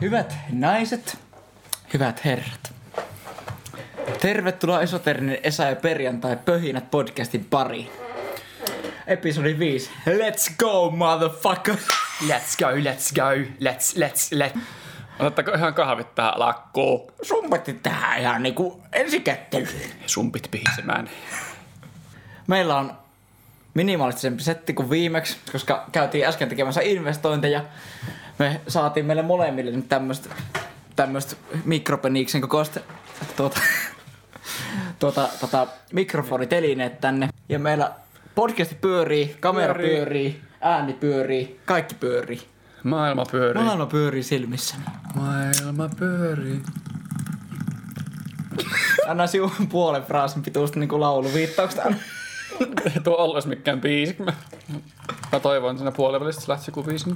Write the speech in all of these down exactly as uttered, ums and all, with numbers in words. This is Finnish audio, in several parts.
Hyvät naiset, hyvät herrat. Tervetuloa Esoterinen Esa ja Perjantai Pöhinät podcastin pariin. Episodi viisi. Let's go, motherfucker! Let's go, let's go, let's, let's, let's. Otatteko ihan kahvit tähän lakkoon? Sumpatti tähän ihan niinku ensikättelyyn. Sumpit pihisemään. Meillä on minimalistisempi setti kuin viimeksi, koska käytiin äsken tekemässä investointeja. Me saatiin meille molemmille nyt tämmöstä, tämmöstä mikropeniiksen kokoista tuota, tuota, tuota, mikrofonitelineet tänne. Ja meillä podcasti pyörii, kamera pyörii, pyörii ääni pyörii, kaikki pyörii. Maailma pyörii. Maailma pyörii silmissäni. Maailma pyörii. Anna sinun puolen fraasin pituusta niinku lauluviittauksesta. Ei tuo olles mikään biisi. Mä, mä toivon, että siinä puolivälistä se lähtisi joku biisi.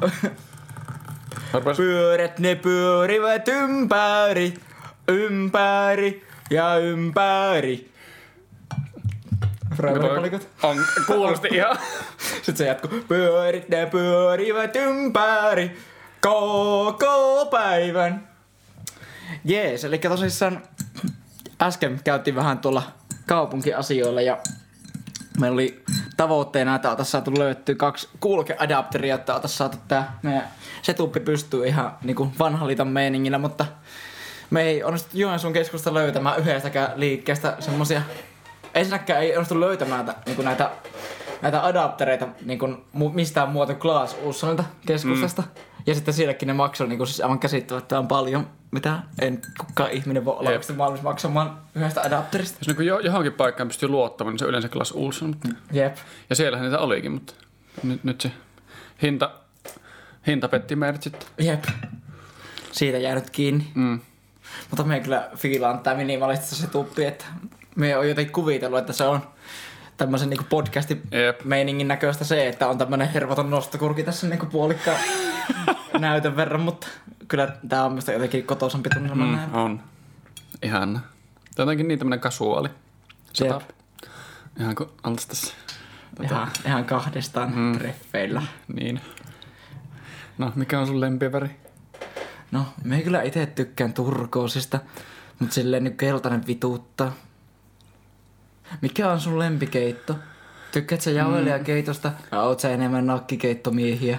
Pyörät ne pyörivät ympäri, ympäri ja ympäri. Freudenpalikot. On, kuulosti ihan. Sitten se jatkuu. Pyörit ne pyörivät ympäri koko päivän. Jees, eli tosissaan äsken käytiin vähän tuolla kaupunkiasioilla ja meillä oli tavoitteena, että oltaisiin saatu löytyä kaksi kuulokeadapteria, että oltaisiin saatu tää meidän setuppi pystyy ihan niinku vanhan liiton meiningillä, mutta me ei onnistu Joensuun keskusta löytämään yhdestäkään liikkeestä semmosia. Ensinnäkään ei onnistu löytämään t- niinku näitä, näitä adaptereita niinku mistään muuta Claes Ohlsonilta keskustasta. Mm. Ja sitten sielläkin ne maksoi niinku siis aivan käsittämättömän paljon, mitä en kukaan ihminen voi olla oikeasti valmis maksamaan yhdestä adapterista. Jos niinku johonkin paikkaan pystyy luottamaan, niin se on yleensä Claes Ohlson. Mutta... Jep. Ja siellähän niitä olikin, mutta nyt, nyt se hinta, hinta petti meidät sitten. Jep. Siitä jäänyt kiinni. Mm. Mutta me kyllä fiilaan tää minimalistista se tuppi, että me on jotenkin kuvitellut, että se on tämmösen niinku podcasti-meiningin näköistä se, että on tämmönen hervoton nostokurki tässä niinku puolikkaan näytön verran, mutta kyllä tää on mistä jotenkin kotoisampi tunnelma Mm, näin. on. Ihan. Jotenkin niin tämmönen kasuaali. Jep. Ihan kuin oltais tässä. Tota... Ihan, ihan kahdestaan mm. treffeillä. Niin. No, mikä on sun lempiväri? No, me kyllä ite tykkään turkoosista, mutta silleen nyt keltainen vituuttaa. Mikä on sun lempikeitto? Tykkäät sä jauhelijakeitosta? Ja oot sä enemmän nakkikeittomiehiä?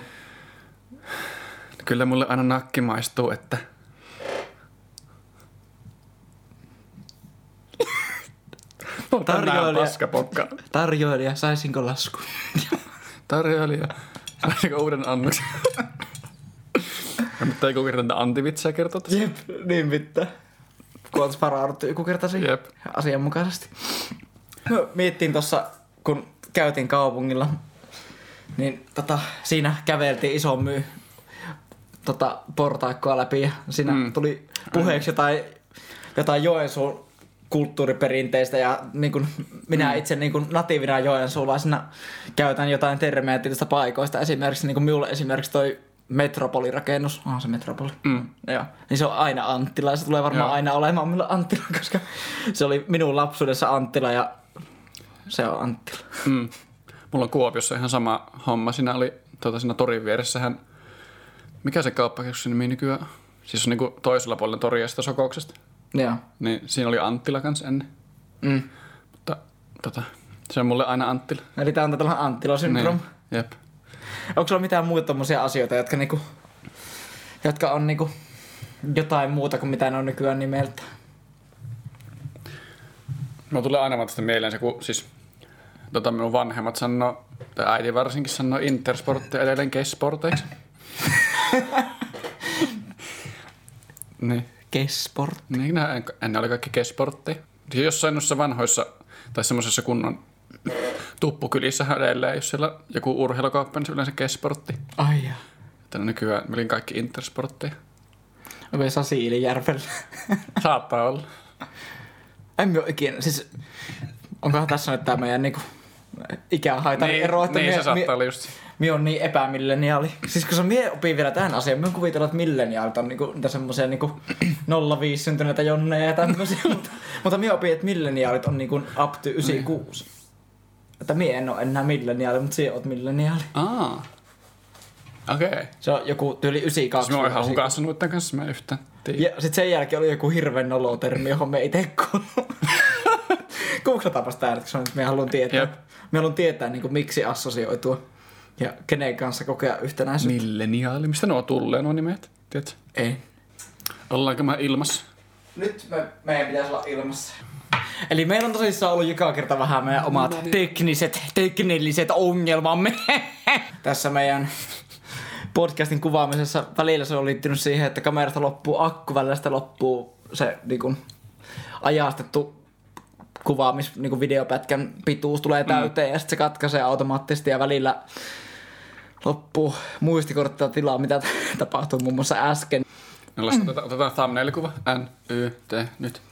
Kyllä mulle aina nakki maistuu, että... Tarjoilija, paskapokka. tarjoilija, saisinko lasku? Tarjoilija, saisinko uuden annoksen? Mutta ei kertaa näitä antivitsejä kertoa tässä. Jep, niin pitää. Kun oot varauduttu joku kerta siihen asianmukaisesti. No, miettiin tossa, kun käytiin kaupungilla, niin tota, siinä käveltiin ison myy tota, portaikkoa läpi ja siinä mm. tuli puheeksi jotain, jotain Joensuun kulttuuriperinteistä ja niin kun minä mm. itse niin kun natiivina joensuulaisena käytän jotain termejä tietystä paikoista. Esimerkiksi niin kun minulle esimerkiksi toi Metropolirakennus, onhan se Metropoli. Mm. Joo. Niin se on aina Anttila ja se tulee varmaan Joo. aina olemaan minulle Anttila, koska se oli minun lapsuudessa Anttila ja se on Anttila. Mm. Mulla on Kuopiossa ihan sama homma. Siinä oli tuota, siinä torin vieressähän, mikä se kauppakeskus nimi nykyään? Siis on niinku toisella puolella toria sitä Sokouksesta. Joo. Niin siinä oli Anttila kans ennen. Mm. Mutta tota, se on mulle aina Anttila. Eli tää on tällainen Anttila-syndroom. Niin. Jep. Onko sulla mitään muuta tommosia asioita, jotka niinku, jotka on niinku jotain muuta kuin mitä ne on nykyään nimeltä? Mulla tulee aina vasta mieleen se, kun siis tota minun vanhemmat sanoo, tai äiti varsinkin sanoo Intersporttia edelleen Kessporteiksi. Niin. Kessport. Niin, nämä ennen oli kaikki Kessportteja. Jossain noissa vanhoissa, tai semmoisessa kunnon tuppukylissähän edelleen, jos siellä joku urheilukauppa, niin se yleensä Kessportti. Ai jaa. Tänne nykyään me olin kaikki Intersportteja. Vesa Siilijärvellä. Saattaa olla. En mä oo ikinä, siis onkohan tässä nyt tää meidän niinku ikähaitari niin, ero, että niin mie, se saattaa mie, olla just. Mie on niin epämilleniaali. Siis kun se mie opii vielä tähän asiaan, mie on kuvitellut, että milleniaalit on niinku niitä semmosia niinku nolla viisi syntyneitä jonneja ja tämmösiä, mutta, mutta mie opii, että milleniaalit on niinku up to yhdeksänkymmentäkuusi. Että mie en oo enää milleniaali, mutta sie oot milleniaali. Aa. Okei. Okay. Se on joku tyyli yhdeksänkymmentäkaksi. Siis mä oon ihan hukassa noitten kanssa, mä yhtään tiedä. Ja sit sen jälkeen oli joku hirveän nolotermi, johon me ei itse kuullut. Googlataanpas tää, että me haluan tietää. Jep. Me haluan tietää, niin kuin, miksi assosioitua. Ja kenen kanssa kokea yhtenäisyyttä. Milleniaali. Mistä nuo tulee nuo nimet? Tiedätkö? Ei. Ollaanko mä ilmassa? Nyt me, meidän pitäisi olla ilmassa. Eli meillä on tosissaan ollut joka kerta vähän meidän omat tekniset, teknilliset ongelmamme. Tässä meidän podcastin kuvaamisessa välillä se on liittynyt siihen, että kamerasta loppuu akku, välillä sitä loppuu se niin kuin, ajastettu kuvaamis, niin kuin videopätkän pituus tulee täyteen mm. ja sitten se katkaisee automaattisesti ja välillä loppuu muistikorttia tilaa, mitä tapahtui muun muassa äsken. No, mm. otetaan, otetaan thumbnail-kuva. N, Y, T, nyt.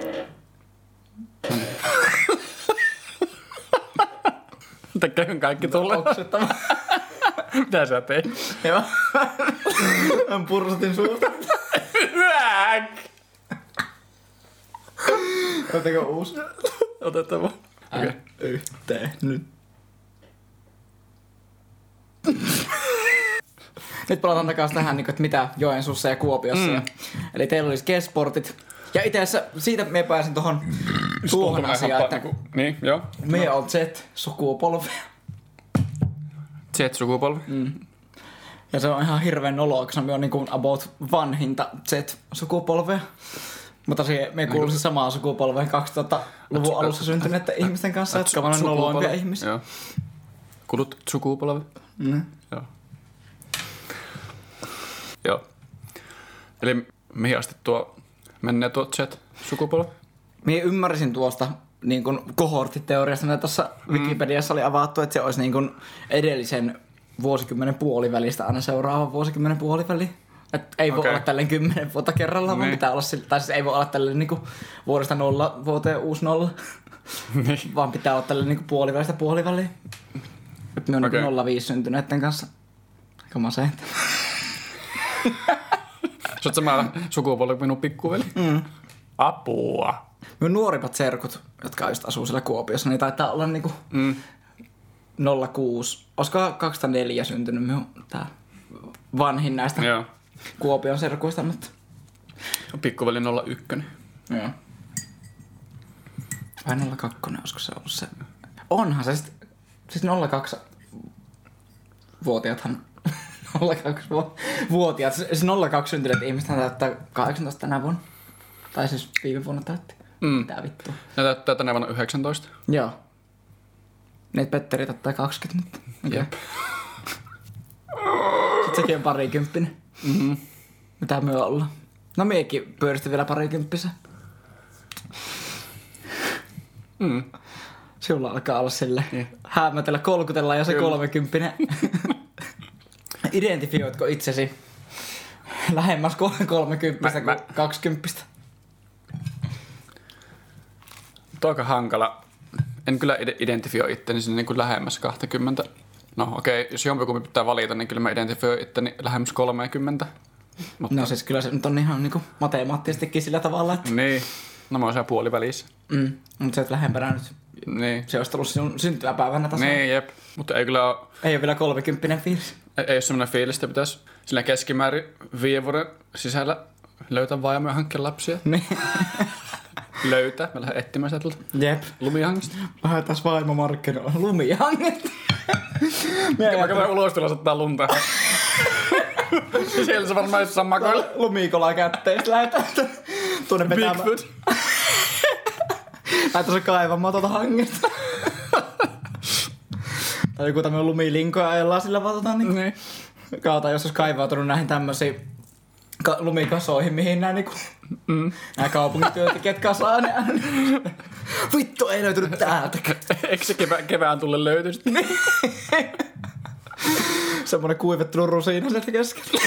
Teköhän kaikki tulee. Oksettava. Mitä sä teit? Joo. Mä pursutin suusta. Otetako uusi? Otetaan vaan. Okei. Y, T, nyt. Nyt palataan takaisin tähän, että mitä Joensuussa ja Kuopiossa. Mm. Eli teillä olisi G-sportit. Ja itse asiassa siitä me pääsin tuohon tuohon asiaan, että niinku, niin, joo. me on Z-sukupolvi. Z-sukupolvi? Mm. Ja se on ihan hirveän noloa, koska me on niin kuin about vanhinta Z-sukupolvea. Mutta se, me kuuluu se samaan sukupolveen kaksituhattaluvun alussa syntyneiden ihmisten kanssa, jotka ovat noloimpia ihmisiä. Joo. Kulut sukupolvi? Mm. Joo. Joo. Eli mihin asti tuo menee tuo Z-sukupolvi? Mie ymmärsin tuosta niin kuin kohorttiteoriasta, mitä tuossa mm. Wikipediassa oli avattu, että se olisi niin kuin edellisen vuosikymmenen puolivälistä aina seuraava vuosikymmenen puoliväli. Et ei voi okay. olla tälleen kymmenen vuotta kerrallaan, niin. vaan pitää olla sille, tai siis ei voi olla tälleen niinku vuodesta nolla vuoteen uusi nolla, niin. vaan pitää olla tälleen niinku puolivälistä puoliväliin. Nyt me on okay. niinku nolla viisi syntyneiden kanssa. Aika masenta. Sä oot sama sukupolvi kuin minun pikkuveli? Mm. Apua. Minun nuorimmat serkut, jotka just asuu siellä Kuopiossa, niin taitaa olla niinku mm. nolla kuusi. Olisiko kaksituhattaneljä syntynyt minun tää vanhin näistä Joo. Kuopion serkuista, mutta pikkuveli nolla yksi. Joo. Vai nolla kaksi, olisiko se ollut se? Onhan se sit, siis nolla kaksi vuotiaathan nolla kaksi vuotiaat, siis nolla kaksi syntyneet ihmiset täyttää kahdeksantoista tänä vuonna. Tai siis viime vuonna täytti. Mm. Mitä vittua. Ne täyttää tänä vuonna yhdeksäntoista. Joo. Neet Petteri täyttää kaksikymmentä nyt. Okay. Jep. Sitten sekin on parikymppinen. Mm-hmm. Mitä myö olla? No miekin pyöristin vielä parikymppisen. Mm. Sinulla alkaa olla sille yeah. häämätellä, kolkutella ja se Kyllä. kolmekymppinen. Identifioitko itsesi lähemmäs kolmekymppistä kuin kaksikymppistä? Tuo on aika hankala. En kyllä identifioi itteni sinne niin kuin lähemmäs kaksikymmentä. No okei, okay, jos jompikumpi pitää valita, niin kyllä mä identifioin itteni lähemmäs kolmekymmentä. Mutta no siis kyllä se nyt on ihan niin kuin matemaattisestikin sillä tavalla, että niin. No mä oon siellä puolivälissä. Mm, mutta sä et lähempänä nyt. Niin. Se olisi ollut sinun syntymäpäivänä tasoa. Niin, jep. Mutta ei kyllä ole Ei ole vielä kolmekymppinen fiilis. Ei, ei ole semmoinen fiilis, että pitäisi sillä keskimäärin viiden vuoden sisällä löytää vaimoja ja hankkia lapsia. Niin. Löytää. Mä lähden etsimään sitä tuolta Jep. lumihangista. Vähän taas vaimo markkinoilla. Lumihanget. Mä katsoin ulos tulla ottaa lunta. Siellä se varmaan jossain makoilla. Lumikola kätteistä lähetään tuonne vetämään. Bigfoot. Lähetään se kaivamaan tuota hangesta. Tai joku tämmönen lumilinko ajellaan sillä vaan tota niin. Niin. Kautta jos olisi kaivautunut näihin tämmösiin ka- lumikasoihin, mihin nää niinku mm. nää kaupunkityöntekijät kasaa ne. Vittu, ei löytynyt täältäkään. Eikö se kevä- kevään tulle löytynyt? Semmonen kuivettunut rusiina sieltä keskellä.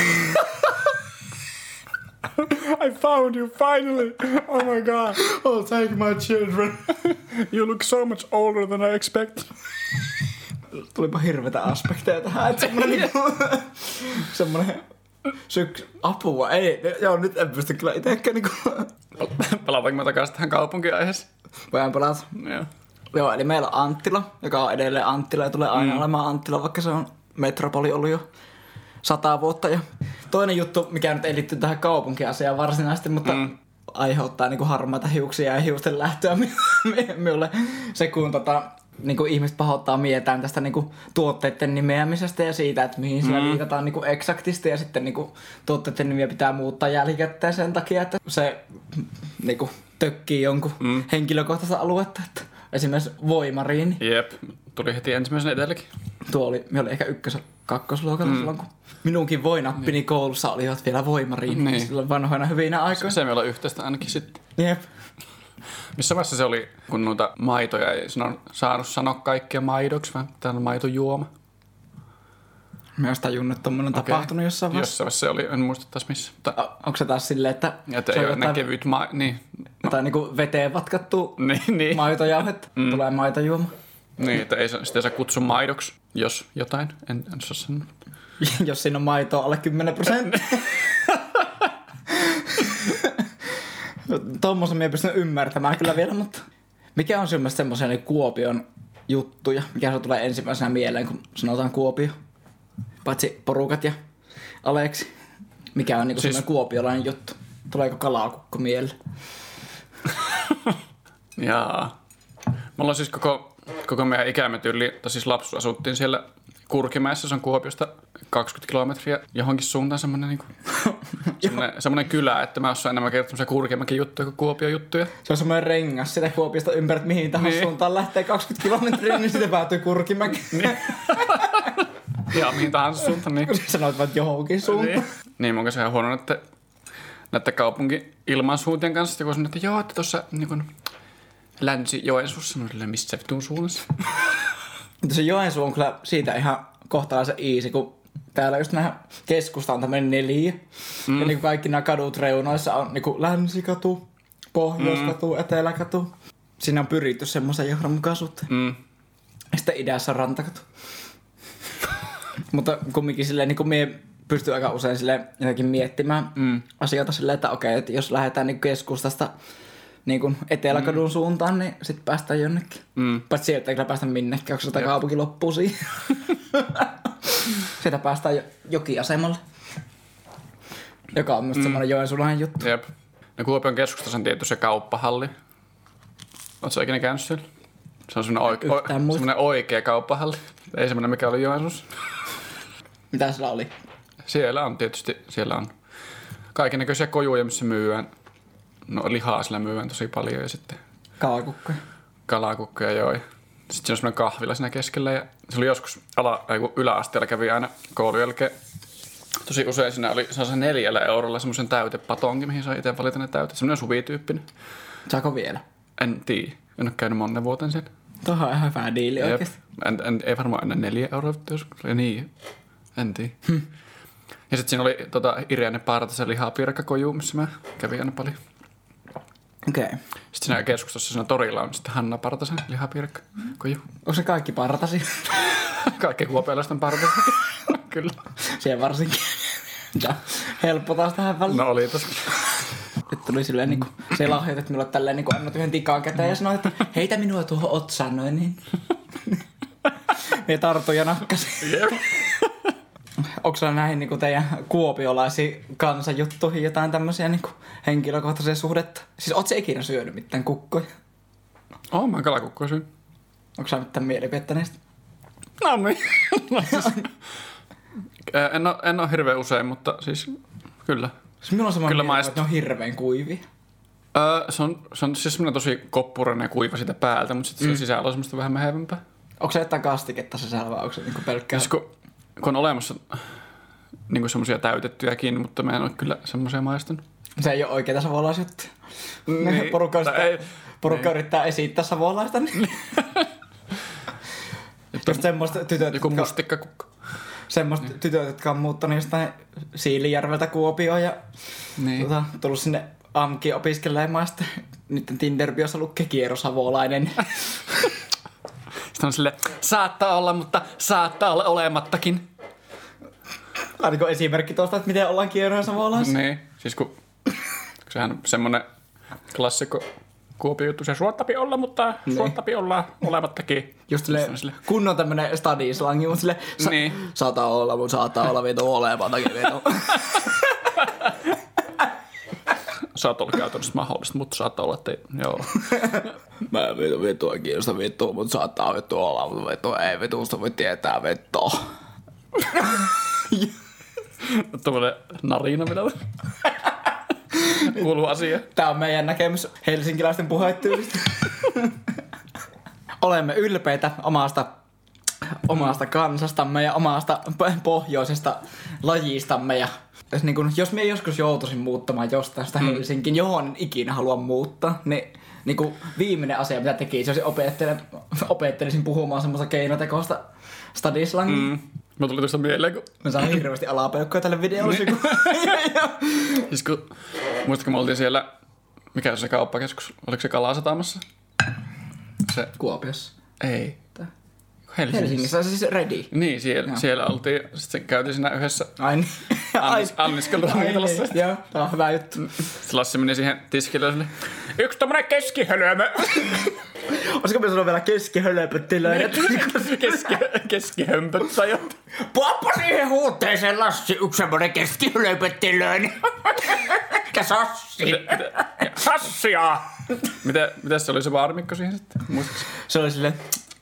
I found you finally! Oh my god! Oh, thank my children. You look so much older than I expected. Tulipa hirvetä aspekteja tähän, että semmonen niinku semmonen syks... Apua, ei, joo nyt en pysty kyllä itekään niinku. Palataanko mä takaisin tähän kaupunkiaiheeseen? Voidaan palata. Joo. Joo, eli meillä on Anttila, joka on edelleen Anttila ja tulee aina mm. olemaan Anttila, vaikka se on metropoli ollut jo sata vuotta. Ja toinen juttu, mikä nyt ei liitty tähän kaupunkiasiaan varsinaisesti, mutta mm. aiheuttaa niinku harmaita hiuksia ja hiusten lähtöä minulle. Se kun tota, niinku ihmiset pahoittaa mietään tästä niinku tuotteiden nimeämisestä ja siitä, että mihin sillä mm. viitataan niinku eksaktisti. Ja sitten niinku tuotteiden nimiä pitää muuttaa jälkikäteen sen takia, että se niinku tökkii jonkun mm. henkilökohtaista aluetta. Että esimerkiksi voimariini. Jep, tuli heti ensimmäisen edelläkin. Tuo oli, me oli ehkä ykkös- kakkosluokalla mm. silloin, kun minunkin voinappini niin. koulussa olivat vielä voimariini. Niin. Silloin vanhoina hyvinä aikoina. Se meillä on yhteistä ainakin sitten. Jep. Missä vaiheessa se oli, kun noita maitoja ei sano, saanut sanoa kaikkia maidoksi, vaan täällä on maitojuoma? Mä oon tajunnut, että tommonen okay. tapahtunut jossain vaiheessa. Jossain vaiheessa se oli, en muista taas missä. Mutta... O- onko se taas silleen, että... Että ei ole ne kevyt ma... Niin. No. Tai niinku veteen vatkattu niin, niin. maitojauhet, mm. tulee maitojuoma. Niin, että ei, sitä ei saa kutsua maidoksi, jos jotain, en, en saa sanoa. Jos siinä on maitoa alle kymmenen prosenttia. Tommosen minä pystyn ymmärtämään kyllä vielä, mutta... Mikä on semmoista semmoisia niin Kuopion juttuja? Mikä se tulee ensimmäisenä mieleen, kun sanotaan Kuopio? Paitsi porukat ja Aleksi. Mikä on niinku siis... semmoinen kuopiolainen juttu? Tuleeko kalakukko mieleen? Jaa. Mulla on siis koko, koko meidän ikämme tyyli, tai siis lapsuus asuttiin siellä Kurkimäessä, se on Kuopiosta kaksikymmentä kilometriä johonkin suuntaan semmoinen niinku, semmoinen, semmoinen kylä, että mä osaan enemmän kertoa semmoisia Kurkimäkin juttuja kuin Kuopion juttuja. Se on semmoinen rengas sitä Kuopiosta ympäri, että mihin tahansa niin. suuntaan lähtee kaksikymmentä kilometriä, niin sitten päätyy Kurkimäki. Niin. Ja mihin tahansa suuntaan, niin. Sanoit vaan johonkin suuntaan. Niin, niin mun kanssa ihan huono näette, näette kaupunki ilmansuuntien kanssa, sitten kun sanoin, että joo, että tuossa niin Länsi-Joensuussa, no missä vittuun suunnassa. Mutta se Joensuu on kyllä siitä ihan kohtalaisen easy, kun täällä just nämä keskusta on tämmöinen neljä. Mm. Ja niin kuin kaikki nämä kadut reunoissa on niin kuin länsikatu, pohjoiskatu, mm. eteläkatu. Siinä on pyritty semmoisen johdonmukaisuuteen. Mm. Ja sitten idässä on rantakatu. Mutta kumminkin silleen, niin kuin mie pystyn aika usein silleen jotenkin miettimään mm. asioita silleen, että okei, että jos lähdetään niin keskustasta niin kuin eteläkadun mm. suuntaan, niin sitten päästään jonnekin. Mm. Paitsi sieltä ei kyllä päästä minnekään, koska sitä kaupunki loppuu siihen. Sieltä päästään jo- jokiasemalle. Joka on myös mm. semmoinen joensuulainen juttu. Jep. No Kuopion keskustassa on tietty se kauppahalli. Oletko ikinä käynyt siellä? Se on semmoinen, oike- o- semmoinen oikea kauppahalli. Ei semmoinen, mikä oli Joensuussa. Mitä siellä oli? Siellä on tietysti, siellä on kaikennäköisiä kojuja, missä myydään. No lihaa sillä myydään tosi paljon ja sitten... Kalakukkoja. Kalakukkoja, joo. Sitten siinä on semmoinen kahvila siinä keskellä ja se oli joskus ala, yläasteella kävi aina koulun jälkeen. Tosi usein siinä oli se neljällä eurolla semmoisen täytepatonkin, mihin sai itse valita ne täytet. Semmoinen suvityyppinen. Saako vielä? En tiedä. En ole käynyt monen vuoteen siellä. Tuohon on ihan hyvä diili oikeesti. En, en, ei varmaan ennen neljä euroa, jos ja niin. En tiedä. Hm. Ja sitten siinä oli tota, Irene Partasen lihapiirakkakoju, missä mä kävin aina paljon. Okei. Okay. Sitten siinä keskustassa siinä torilla on sitten Hanna Partasen lihapiirakkakoju. Onko se kaikki Partasi? Kaikki kuopiolaisten Partasi. Kyllä. Siellä varsinkin. Ja helppo taas tähän väliin. No oli tossa. Nyt tuli silleen niinku, se lahjoitet minulle tälleen niinku annat yhden tikaan käteen ja sanoit, että heitä minua tuohon otsaan noin niin. Ja tartui ja nakkasi. Jep. Onko sulla näihin niinku teidän kuopiolaisiin kansanjuttuihin jotain tämmöisiä niinku henkilökohtaisia suhdetta? Siis oot sä ikinä syönyt mitään kukkoja? Oon mä kalakukkoja syyn. Onko sä mitään mielipidettä niistä? No niin. en, oo, en oo hirveän usein, mutta siis kyllä. Siis minulla on semmoinen mielipide, maist... että ne on hirveän kuivia. Öö, se, on, se on siis semmoinen tosi koppurainen ja kuiva siitä päältä, mutta sitten mm. sisällä on semmoista vähän mehevämpää. Onko se jotain kastiketta sisällä vai onko se niinku pelkkää? Siis kun, kun on olemassa niinku semmoisia täytettyjäkin, mutta mä en ole kyllä semmoisia maistanut. Se ei ole oikeita savolaisjuttuja. Niin, porukka ei, porukka niin. Yrittää esittää savolaista. Niin. Just semmoista tytöt, joku mustikkakukka. Semmoista niin. Tytöt, jotka on muuttanut jostain Siilijärveltä Kuopioon ja niin. tota, tullut sinne A M K:iin opiskelemaan. Sitten nyt Tinder-biossa lukee kierrosavolainen. Sitten on silleen, saattaa olla, mutta saattaa olla olemattakin. Ainakin esimerkki tuosta, että miten ollaan kierrosavolaisia. Niin, siis kun sehän on semmoinen klassikko Kuopio juttu, se suottapi olla, mutta Niin. suottapi olla olemattakin. Just silleen, sille. kunnon tämmönen stadislangi, mutta silleen, sa- Niin. saattaa olla, mutta saattaa olla vitu olemattakin vitu. Saattaa olla käytännössä mahdollista, mutta saattaa olla, että ei, joo. Mä en vitu vitua kiinnosta vittua, mutta saattaa vittu olla, mutta vittu ei vitusta voi tietää vittua. Tuollainen narina vielä. Kuuluu asia. Tää on meidän näkemys helsinkiläisten puhetyylistä. Olemme ylpeitä omasta, omasta kansastamme ja omasta p- pohjoisesta lajistamme. Ja jos, niin kun, jos me joskus joutuisin muuttamaan jostain sitä Helsinkiin, johon en ikinä halua muuttaa, niin, niin kun viimeinen asia, mitä tekisin, olisi opettelen, opettelisin puhumaan semmoista keinotekoista stadislangia. Mm. Mä tuli tuosta mieleen, kun... Mä saan hirveästi alapeukkoja tälle videolle. Siis kun... Muistatko, me oltiin siellä... Mikä se kauppakeskus? Oliko se Kalasatamassa? Se... Kuopiossa. Ei. Tää. Helsingissä. Helsingissä siis Ready. Niin, siellä, Joo. siellä oltiin. Sitten käytiin siinä yhdessä Ai niin. annis, anniskeluravintolassa. niin. Joo, tää on hyvä juttu. Sitten Lassi meni siihen tiskille ja yksi tommonen keskihölömö. Olisiko me sanoa vielä keskihölöpöttilöitä? Keski, keskihömpöttäjä. Pappa siihen huuteeseen Lassi, yksi semmonen keskihölöpöttilöinen. Ja Sassi. Sassia! Mitä, mitä se oli se varmikko siihen sitten? Muistatko? Se oli silleen...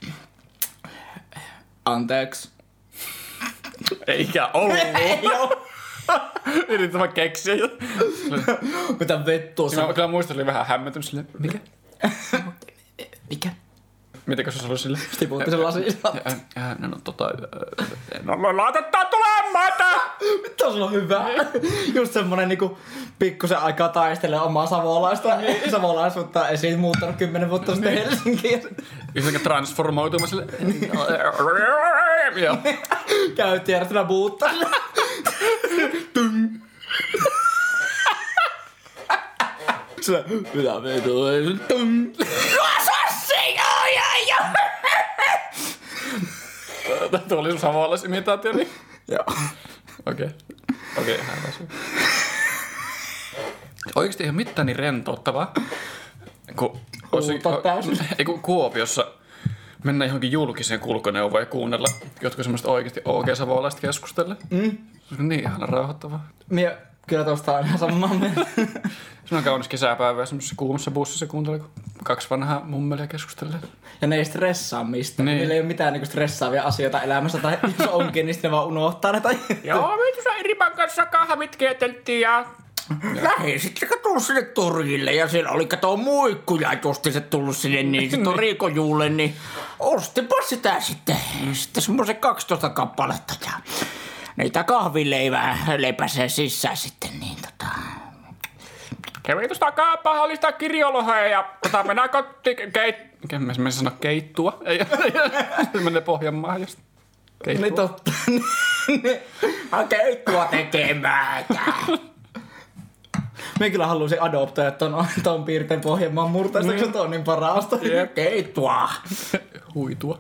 Anteeksi. Eikä ollut. Ei oo. Yritin vaan keksiä. Mitä vittua se Mä kyllä muistan, oli vähän hämmentynyt silleen. Mikä? Mikä? Mitenkä se oli silleen? Tiputti sen lasin. No, no tota... No laitetaan tulemaan tää! Mitä sulla on hyvä? Just semmonen niinku pikkusen aikaa taistelee omaa savolaista. Savolaisuutta ei siitä muuttanut kymmenen vuotta sitten Helsinkiin. Yhtäkään transformoituma sille. Joo. Käytti järjestelmä muuttaa. Sillä, mitä vitu ei sun tum. Sassi, joo, joo, joo. Tuo oli sun savolaisimitaatio, niin... Joo. Okei. Okei, hän väsyy. Oikeesti ei ole mitään niin rentouttavaa. Kun... Huutaa täysin. Ei kun Kuopiossa mennään johonkin julkiseen kulkuneuvoon ja kuunnella jotkut semmoista oikeesti O G-savolaiset keskustella. Mm. Se on niin ihana rauhoittavaa. Mie kyllä tosta on ihan samaa mieltä. Se on kaunis kesäpäivä ja semmoisessa kuumassa bussissa kuuntelee, kun kaksi vanhaa mummelia keskustelee. Ja ne ei stressaa mistään. Niin. Niillä ei ole mitään niinku stressaavia asioita elämässä. Tai jos onkin, niin sitten ne vaan unohtaa ne. Tai... Joo, me tuossa Iriman kanssa kahvit kieteltiin ja... Lähin sitten tullut sinne torille ja siellä oli kato muikkuja justiinsa tullut sinne niin sitten Riikojuulle, niin ostipa sitä sitten. Sitten semmoisen kaksitoista kappaletta ja niitä kahvileivää lepäsee sisään sitten niin tota... Kävi tuosta kauppahallista kirjolohoja ja tota mennään kotiin keit... Mikä mä menisin sanoa keittua? Ei, se menee Pohjanmaahan just. Keittua. Niin totta. Mä keittua tekemään. Me kyllä haluaisin adoptoida ton, ton piirteen Pohjanmaan murteesta, kun se on niin parasta. Jep. Keittua. Huitua.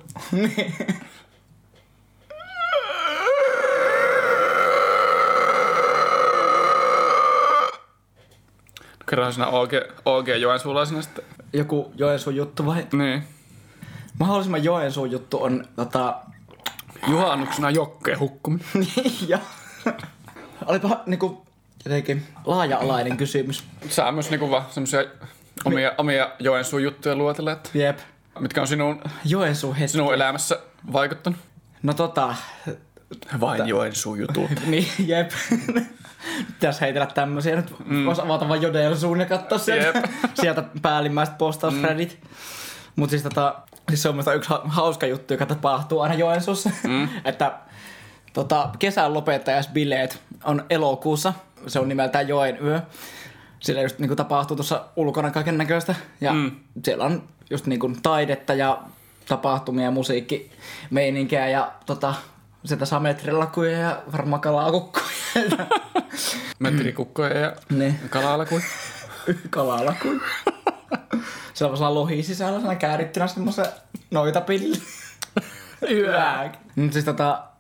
Kerran siinä O G, O G Joensuulaisena sitten. Joku Joensuun juttu vai? Niin. Mahdollisimman Joensuun juttu on tota... Juhannuksena jokkeen hukkuminen. Niin, ja... Olipa niinku jotenkin laaja-alainen kysymys. Saa myös niinku vaan semmosia omia, omia Joensuun juttuja luotella, että Jep. mitkä on sinun, Joensuun hetki. sinun elämässä vaikuttanut. No tota... Vain Joensuun jutut. Niin, jep. Pitäis heitellä tämmösiä nyt. Mm. Vois avata vaan Jodelsuun ja katsoa sieltä, Jep. sieltä päällimmäiset postausthreadit. Mm. Mut siis tota... Siis se on mielestäni yksi ha- hauska juttu, joka tapahtuu aina Joensuussa. Mm. Että tota, kesän lopettajaisbileet on elokuussa. Se on nimeltään Joen yö. Siellä just niinku tapahtuu tuossa ulkona kaiken näköistä. Ja mm. siellä on just niinku taidetta ja tapahtumia ja musiikkimeininkiä ja tota... Sieltä saa metrilakuja ja varmaan kalakukkoja. Metrikukkoja ja Niin. kalalakuja. Kalalakuja. Siellä voi olla lohi sisällä, siinä käärittynä semmoisen noita pilli. Hyvä. Nyt siis tota,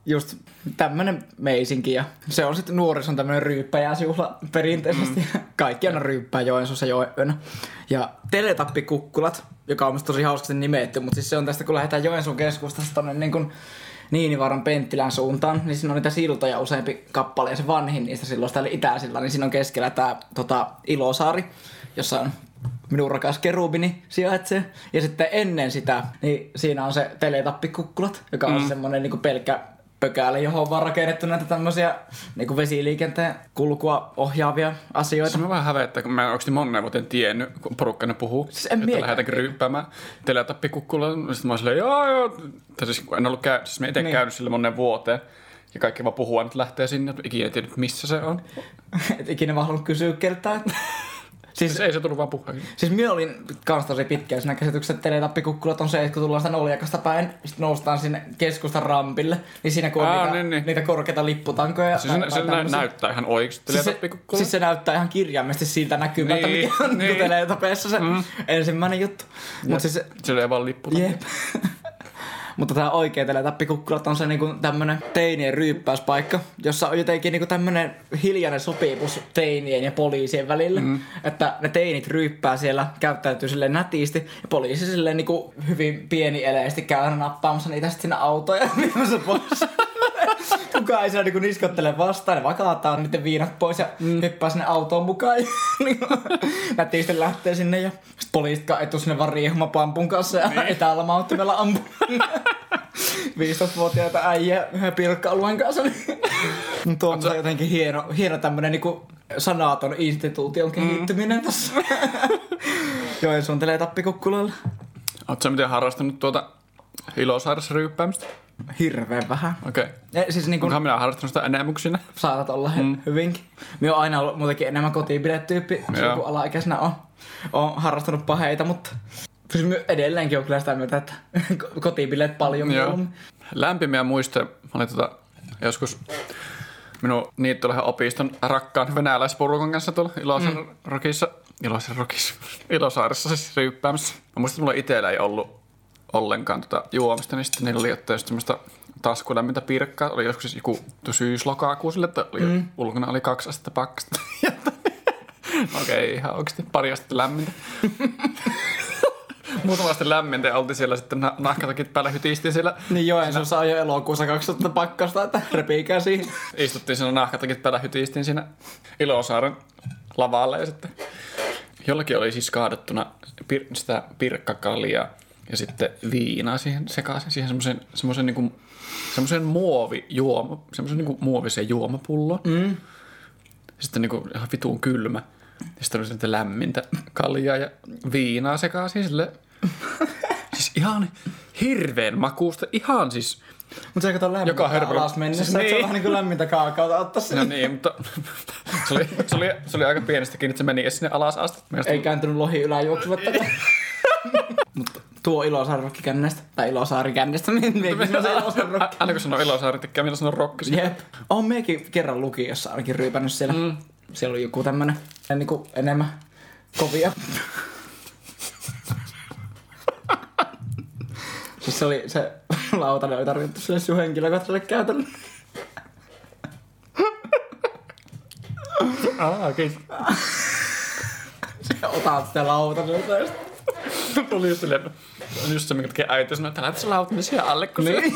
just tämmönen meisinki ja se on sitten nuorison tämmönen ryyppäjäisjuhla perinteisesti. Mm. Kaikki aina ryyppää Joensuussa joena. Ja teletappikukkulat, joka on musta tosi hauskasti nimetty, mutta siis se on tästä kun lähdetään Joensuun keskustasta tonne niin kuin Niinivaaran Penttilän suuntaan, niin siinä on niitä siltoja useampi kappale ja se vanhin niistä silloista eli Itäsillä, niin siinä on keskellä tää tota, Ilosaari, jossa on minun rakas kerubini sijaitsee. Ja sitten ennen sitä, niin siinä on se teletappikukkulat, joka on mm. semmonen niinku pelkkä pökälä, johon on vaan rakennettu näitä tämmösiä niinku vesiliikenteen kulkua ohjaavia asioita. Se on vähän hävettä, kun mä en oikeasti monen vuoteen tiennyt, kun porukka ne puhuu, siis en että lähdetäänkin ryyppäämään teletappikukkulaan. Sitten mä oon silleen, joo joo. Siis en ollut käy, siis mä ite niin. käynyt sille monen vuoteen. Ja kaikki vaan puhuu, että lähtee sinne, ikinä tiedä, missä se on. Et ikinä vaan halunnut kysyä keltään. Siis, siis ei se tullut vaan puhua. Siis minä olin kans tosi pitkään siinä käsityksessä, että teletappikukkulat on se, että kun tullaan sitä Noljakasta päin, sitten noustaan sinne keskustan rampille, niin siinä kun on Aa, niitä, niin, niin. niitä korkeita lipputankoja. Siis se, se nä- näyttää ihan oikeasti teletappikukkulat. Siis se, siis se näyttää ihan kirjaimesti siltä näkymältä, niin, mikä on niin. teletapeessa se mm. ensimmäinen juttu. Mut siis, se oli vaan lipputanko. Jep. Mutta tää oikea teletappikukkulat on se niinku tämmönen teinien ryyppäyspaikka, jossa on jotenkin niinku tämmönen hiljainen sopimus teinien ja poliisien välillä. Mm. Että ne teinit ryyppää siellä, käyttäytyy silleen nätisti ja poliisi silleen niinku hyvin pienieleisesti käy aina nappaamassa niitä sit sinne autoja ja viemässä pois. Kukaan ei siellä niinku niskottele vastaan, ne vakaataan niiden viinat pois ja mm. hyppää sinne autoon mukaan ja niinku nätisti lähtee sinne ja sit poliisit etu sinne vaan riehumapampun kanssa ja niin. etälamauttimella ampuu viisitoistavuotiaita äijä yhden pilkka-alueen kanssa. Niin tuo on jotenkin hieno, hieno tämmönen niinku sanaton instituution kehittyminen mm. tässä Joensuun teletappikukkulalle. Ootko sä miten harrastanut tuota Ilosaaressa ryyppäämistä? Hirveän vähän. Okei. Okay. Siis niinku, onkohan minä harrastanut sitä enemmän kuin sinä? Saatat olla mm. hyvinkin. Minä olen aina ollut muutenkin enemmän kotiinpidetyyppi, kun alaikäisenä on. Olen harrastanut paheita, mutta siis edelleenkin on kyllä sitä myötä, että kotiinbileet paljon mieluummin. Lämpimiä muistoja. Mä olin tota, joskus minun niittylehen opiston rakkaan venäläisporukan kanssa tuolla Ilosaaren mm. rokissa. Ilosaaren rokissa. Ilosaaressa siis ryyppäämässä. Mä muistan, että mulla itsellä ei ollut ollenkaan tota juomista, niin sitten niillä oli jotain semmoista taskulämmintä pirkkaa. Oli joskus siis joku syys-lokakuu sille, että oli, mm. ulkona oli kaksi astetta pakkasta. Okei, okay, ihan oikeasti pari astetta lämmintä. Muutama astetta lämmintä ja oltiin siellä sitten nahkatakit päällä hytistiin siellä. Niin Joensuussa on jo elokuussa kaksi astetta pakkasta, että repii käsiin. Istuttiin siinä nahkatakit päällä hytistiin siinä Ilosaaren lavalle ja sitten jollakin oli siis kaadettuna pir- sitä pirkkakaljaa. Ja sitten viinaa siihen sekaisin, siihen semmoisen, semmoisen niinku, semmoisen muovijuoma, semmoisen niinku muovisen juomapulloon. Mm. Sitten niinku ihan vituun kylmä. Ja sitten oli sitten lämmintä kaljaa ja viinaa sekaisin sille. Siis ihan hirveän makuusta, ihan siis. Mutta se kato lämmintä alas mennessä, siis, että niin. Se on vähän niin kuin lämmintä kaakaota ottaa sinne. No niin, mutta se oli, se oli, se oli aika pienestäkin, että se meni sinne alas asti. Ei kääntynyt lohi yläjuoksulle tätä. Mutta tuo Ilosaari-rokki kännestä, tai Ilosaari-kännestä, miekin se Ilosaari-rokki. Aina kun sanoo Ilosaari, tykkää millä sanoo rokki. Jep. Oon meikin kerran lukiossa ainakin ryypännyt siellä. Mm. Siellä oli joku tämmönen niinku enemmän kovia. Siis se oli se lautanen oli tarvittu sille sun henkilökohtaiselle käytölle. Aa, kiitos. Sä otat sitä lautaselta ja sitten tuli just silleen, on just se, minkä tekee äiti sanoo, että lähtä se lautanen siihen alle, kun niin.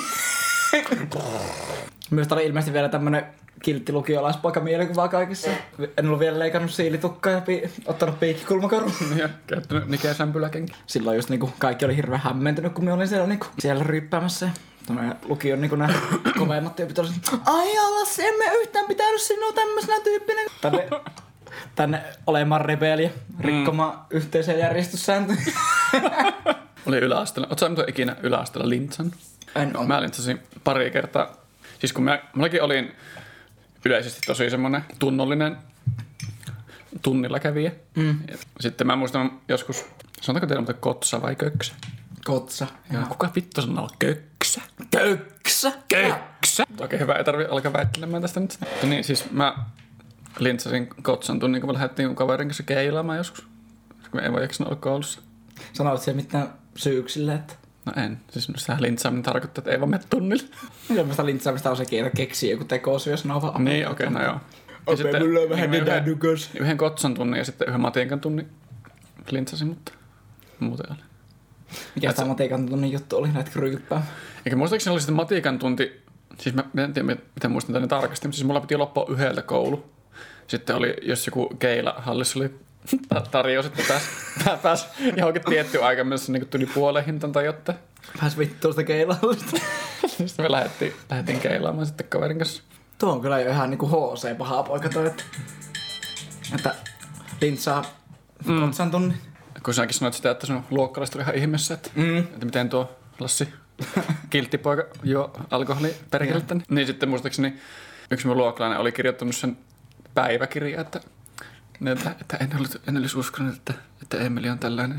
Myös oli ilmeisesti vielä tämmönen kiltti lukiolaispoika mielikuva kaikissa. En ollut vielä leikannut siilitukkaa ja pi- ottanut piikkikulmakorun. Ja käyttänyt Nikeä sämpyläkenkin. Silloin just niinku kaikki oli hirveän hämmentynyt, kun minä olin siellä, niinku, siellä ryyppäämässä. Tämmönen lukion niinku nää kovemmat tyypit oli ai alas, emme yhtään pitänyt sinua tämmöisenä tyyppinä. Tänne, tänne olemaan rebeliä, rikkomaan mm. yhteisön järjestyssääntöjä. Oli yläasteella. Ootko sä ikinä yläasteella lintsan? En oo. Mä lintsasin pari kertaa. Siis kun mä, mäkin olin yleisesti tosi semmonen tunnollinen tunnilla kävijä. Mm. Sitten mä muistan joskus, sanotaanko teillä muuten kotsa vai köksä? Kotsa. Ja kuka vittu sanoo köksä? Köksä? Köksä! Okei, hyvä, ei tarvi alkaa väittelemään tästä nyt. No niin, siis mä lintsasin kotsan tunnin, kun me lähdettiin kaverin kanssa keilaamaan joskus. Kun me ei voi jaksanut olla koulussa. Sanoit siellä mitään syyksille, että No en. Siis sehän lintsaaminen tarkoittaa, että ei vaan mene tunnille. Semmoista lintsaamista on sekin, että keksii joku tekosyy, jos ne on vaan... Niin, okei, okay, no joo. Okei, okay, mulla on vähän yhden, nenädykös. Yhden kotsan tunnin ja sitten yhden matiikan tunnin lintsasin, mutta muuten oli. Mikä tämä matiikan tunnin juttu oli, näitä ryyppää? Eikä muistaakseni oli sitten matiikan tunti, siis mä, mä en tiedä miten muistan tänne tarkasti, mutta siis mulla piti loppua yhdeltä koulu. Sitten oli, jos joku keila hallissa oli tarjous, että pääsi pääs johonkin tiettyyn aikaan, missä niin tuli puoleen hintaan tai jotain. Pääs vittuusta keilallista. Sitten me lähdettiin, lähdettiin keilaamaan sitten kaverin kanssa. Tuo on kyllä jo ihan niinku H C pahaa poika toi, että, että lintsaa mm. kotsan tunnin. Kun sinäkin sanoit sitä, että sun luokkalaiset oli ihan ihmeessä, että, mm. että miten tuo Lassi kilttipoika juo alkoholi perkelettä. Niin sitten muistaakseni yksi mun luokkalainen oli kirjoittanut sen päiväkirjaa, että, että, että en, ollut, en olisi uskonut, että, että Emeli on tällainen.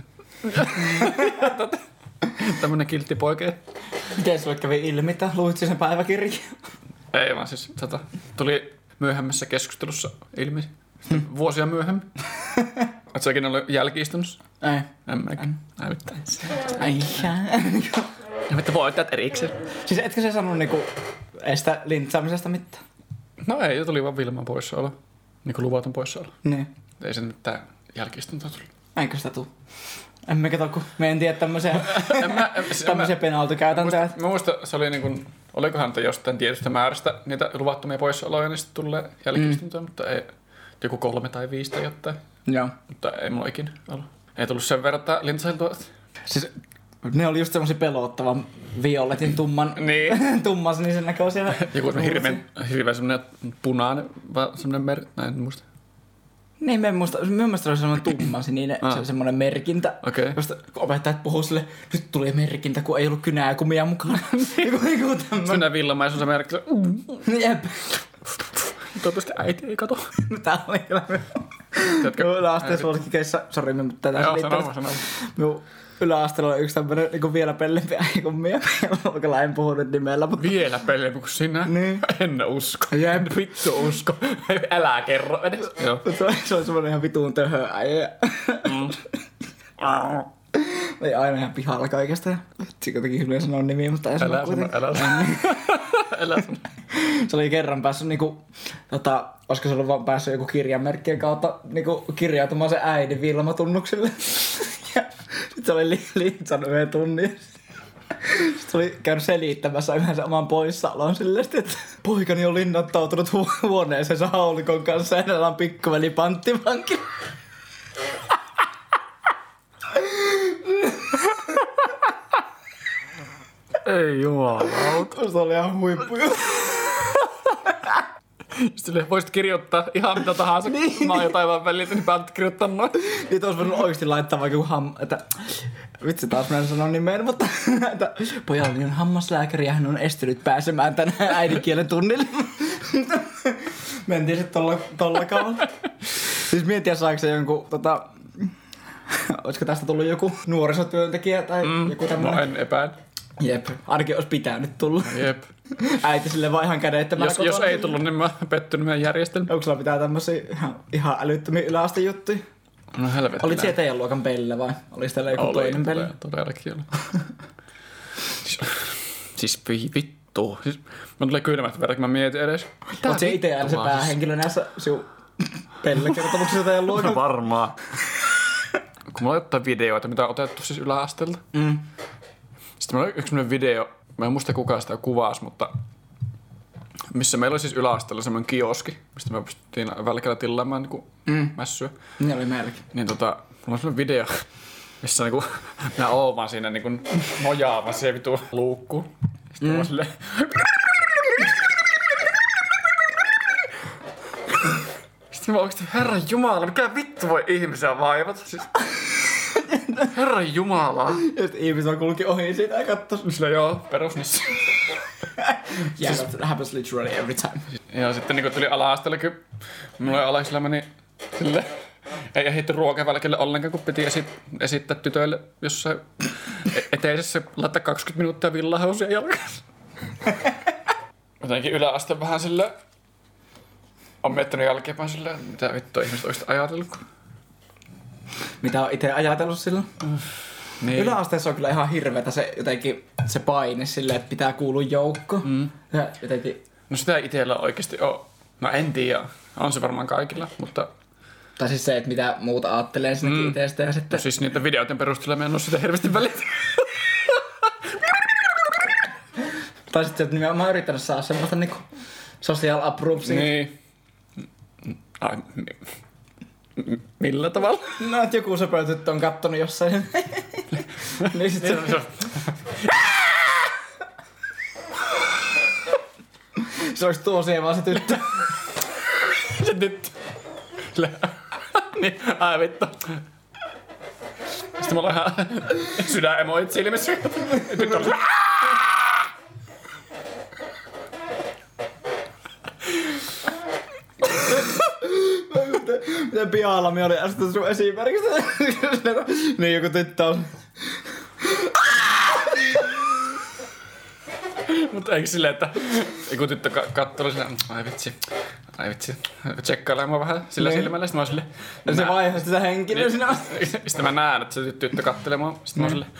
Tämmönen kilttipoika. Miten sulle kävi ilmi, että luit sen päiväkirjan? Ei vaan siis tota, tuli myöhemmässä keskustelussa ilmi. Hmm. Vuosia myöhemmin. Oletko sä ikinä ollut jälki-istunnossa? Ei. En mäkin. Ei mitään. Ai jää. Ja että voi ottaa erikseen. Siis etkö sä sanonut niinku estä lintsaamisesta mitään? No ei, tuli vaan Vilman poissaolo. Niinku luvaton poissaolo. Niin. Ei se mitään jälki-istuntoa tullut. Eikö sitä tuu? En mä kato, kun me en tiedä tämmöisiä, tämmöisiä penaltykäytäntöjä. Mä muistan, se oli niinku, olikohan te jostain tietystä määrästä niitä luvattomia poissaoloja, niin sitten tulee jälki-istuntoa, mm. mutta ei, joku kolme tai viisi tai jotain. Joo. Mutta ei mulla ikinä ollut. Ei tullut sen verran, että lintsailtua. Siis ne oli just semmosia pelottavan violetin tumman, niin. tumman sinisen näköisiä. Joku hirveän, hirveän semmonen punainen, vaan semmonen mer... Näin, en muista. Niin, mä en muista. Mun mielestä oli semmoinen tumman sininen, ah. se semmoinen merkintä. Okei. Okay. Josta opettajat puhuu sille, nyt tuli merkintä, kun ei ollut kynää ja kumia mukana. Joku niinku tämmönen. Sinä Villama, jos on se merkki. Jep. Toivottavasti äiti ei kato. No tää oli kyllä minun yläasteen suosikkikeissa. Sori, mutta tätä joo, sanoo, sanoo. Minun yläasteella oli yksi tämmönen niin vielä pellempi äijä kuin minä. Olkalla en puhu nyt nimellä. Mutta... Vielä pellempi kuin sinä? Niin. En usko. Jep. Vittu usko. Älä kerro edes. Joo. Se oli semmonen ihan vituun töhö äijä. Mm. Oli aina ihan pihalla kaikesta. Vitsi, jotenkin hyvin sanoa nimiä, mutta ei sano kuitenkaan. Älä sano, älä sano. Se oli kerran päässyt niinku, tota, olisiko se ollut vaan päässyt joku kirjanmerkkien kautta niinku kirjautumaan se äidin Vilma-tunnuksille. Ja sit se oli li- lintsannut yhden tunnin. Sitten se oli käynyt selittämässä yhdessä oman poissaolon silleen, että poikani on linnoittautunut hu- huoneeseensa haulikon kanssa ja hänellä on pikkuveli panttivankilla. Ei jumalauta. Se oli ihan huippu. Sitten voisit kirjoittaa ihan mitä tahansa. Niin. Mä oon jotain vaan välillä, niin päältä kirjoittaa noin. Niin olisi voinut oikeasti laittaa vaikka joku ham... Että, vitsi taas mä en sano nimeen, mutta että pojallani on hammaslääkäri ja hän on estynyt pääsemään tänne äidinkielen tunnille. Mentiin sitten tolla, tolla kaavalla. Siis mietin, saiko se jonkun tota... Olisiko tästä tullut joku nuorisotyöntekijä tai mm, joku tämmönen? No en epäile. Jep, ainakin olisi pitänyt tulla. Jep. Äiti sille vaan ihan kädettömänä jos, jos ei tullut, niin mä pettynyt meidän järjestelmään. Onko sulla pitää tämmösiä ihan, ihan älyttömiä yläaste juttuja? No helvetti. Olit siellä teidän luokan pelle vai? Olis teillä joku oli, toinen pelle? Todellakin oli. siis, siis vittu. Siis, mä tulee kylmät verran, kun mä mietin edes. Oot se ite aina se päähenkilö näissä sinun pellekertomuksissa teidän luokan? No varmaan. Kun mulla on jotain videoita, mitä on otettu siis yläasteelta. Mm. Sitten meillä oli yksi sellainen video, mä en muista kukaan sitä kuvasi, mutta missä meillä oli siis yläasteella semmoinen kioski, mistä me pystyttiin välkällä tillaamaan niin mm. mässyä. Ne oli meilläkin. Niin tota, mulla on semmoinen video, missä niinku, mä oon vaan siinä niinku nojaamassa se vitu luukkuun. Sitten mm. mä silleen... Sitten mä oikeesti, herran jumala, mikä vittu voi ihmisiä vaivata? Siis... Herran jumala. Ja sitten ihmiset kulki ohi siitä ja kattos. Sillä joo, perusnissä. Yeah, that happens literally every time. Ja sitten niin tuli ala-asteellakin, mulla oli ala-asteella meni sille, ei ehditty ruokavälkille ollenkaan, kun piti esi- esittää tytöille jossain eteisessä laittaa kaksikymmentä minuuttia villahousia jalkaan. Jotenkin yläaste vähän silleen, on miettinyt jälkeenpäin silleen, mitä vittua ihmiset oikeasti ajatellut. Mitä on itse ajatellut silloin? Niin. Yläasteessa on kyllä ihan hirveetä se jotenkin se paine silleen, että pitää kuulua joukko. Mm. Ja jotenkin... No sitä itsellä oikeesti on. No en tiedä. On se varmaan kaikilla, mutta... Tai siis se, että mitä muuta ajattelee sinnekin mm. itsestä ja sitten... No siis niiden videoiden perusteella mä en oo sitä hirveästi väliä. Tai sitten, että mä oon yrittänyt saada semmoista niinku social approval. Niin. Ai, mi- millä tavalla? No, että joku söpötyttö on kattonut jossain. Niin sit se... Se olisi tuo siihen vaan se tyttö. Se tyttö. Niin, ai vittu. Sitten mulla on ihan sydänemoit silmissä. Tyttö on Miten Pialami oli äsken sun esimerkiksi. Niin joku tyttö on... Mutta eikö silleen, että joku tyttö ka- kattoi sinä, ai vitsi, ai vitsi, tsekkailemaan vähän sillä niin. silmällä. Sitten mä oon silleen... Ja se vaihoi sitä henkilöä niin, sinä. Sitten mä näen, että se tyttö kattelee mua. Sitten mä oon silleen...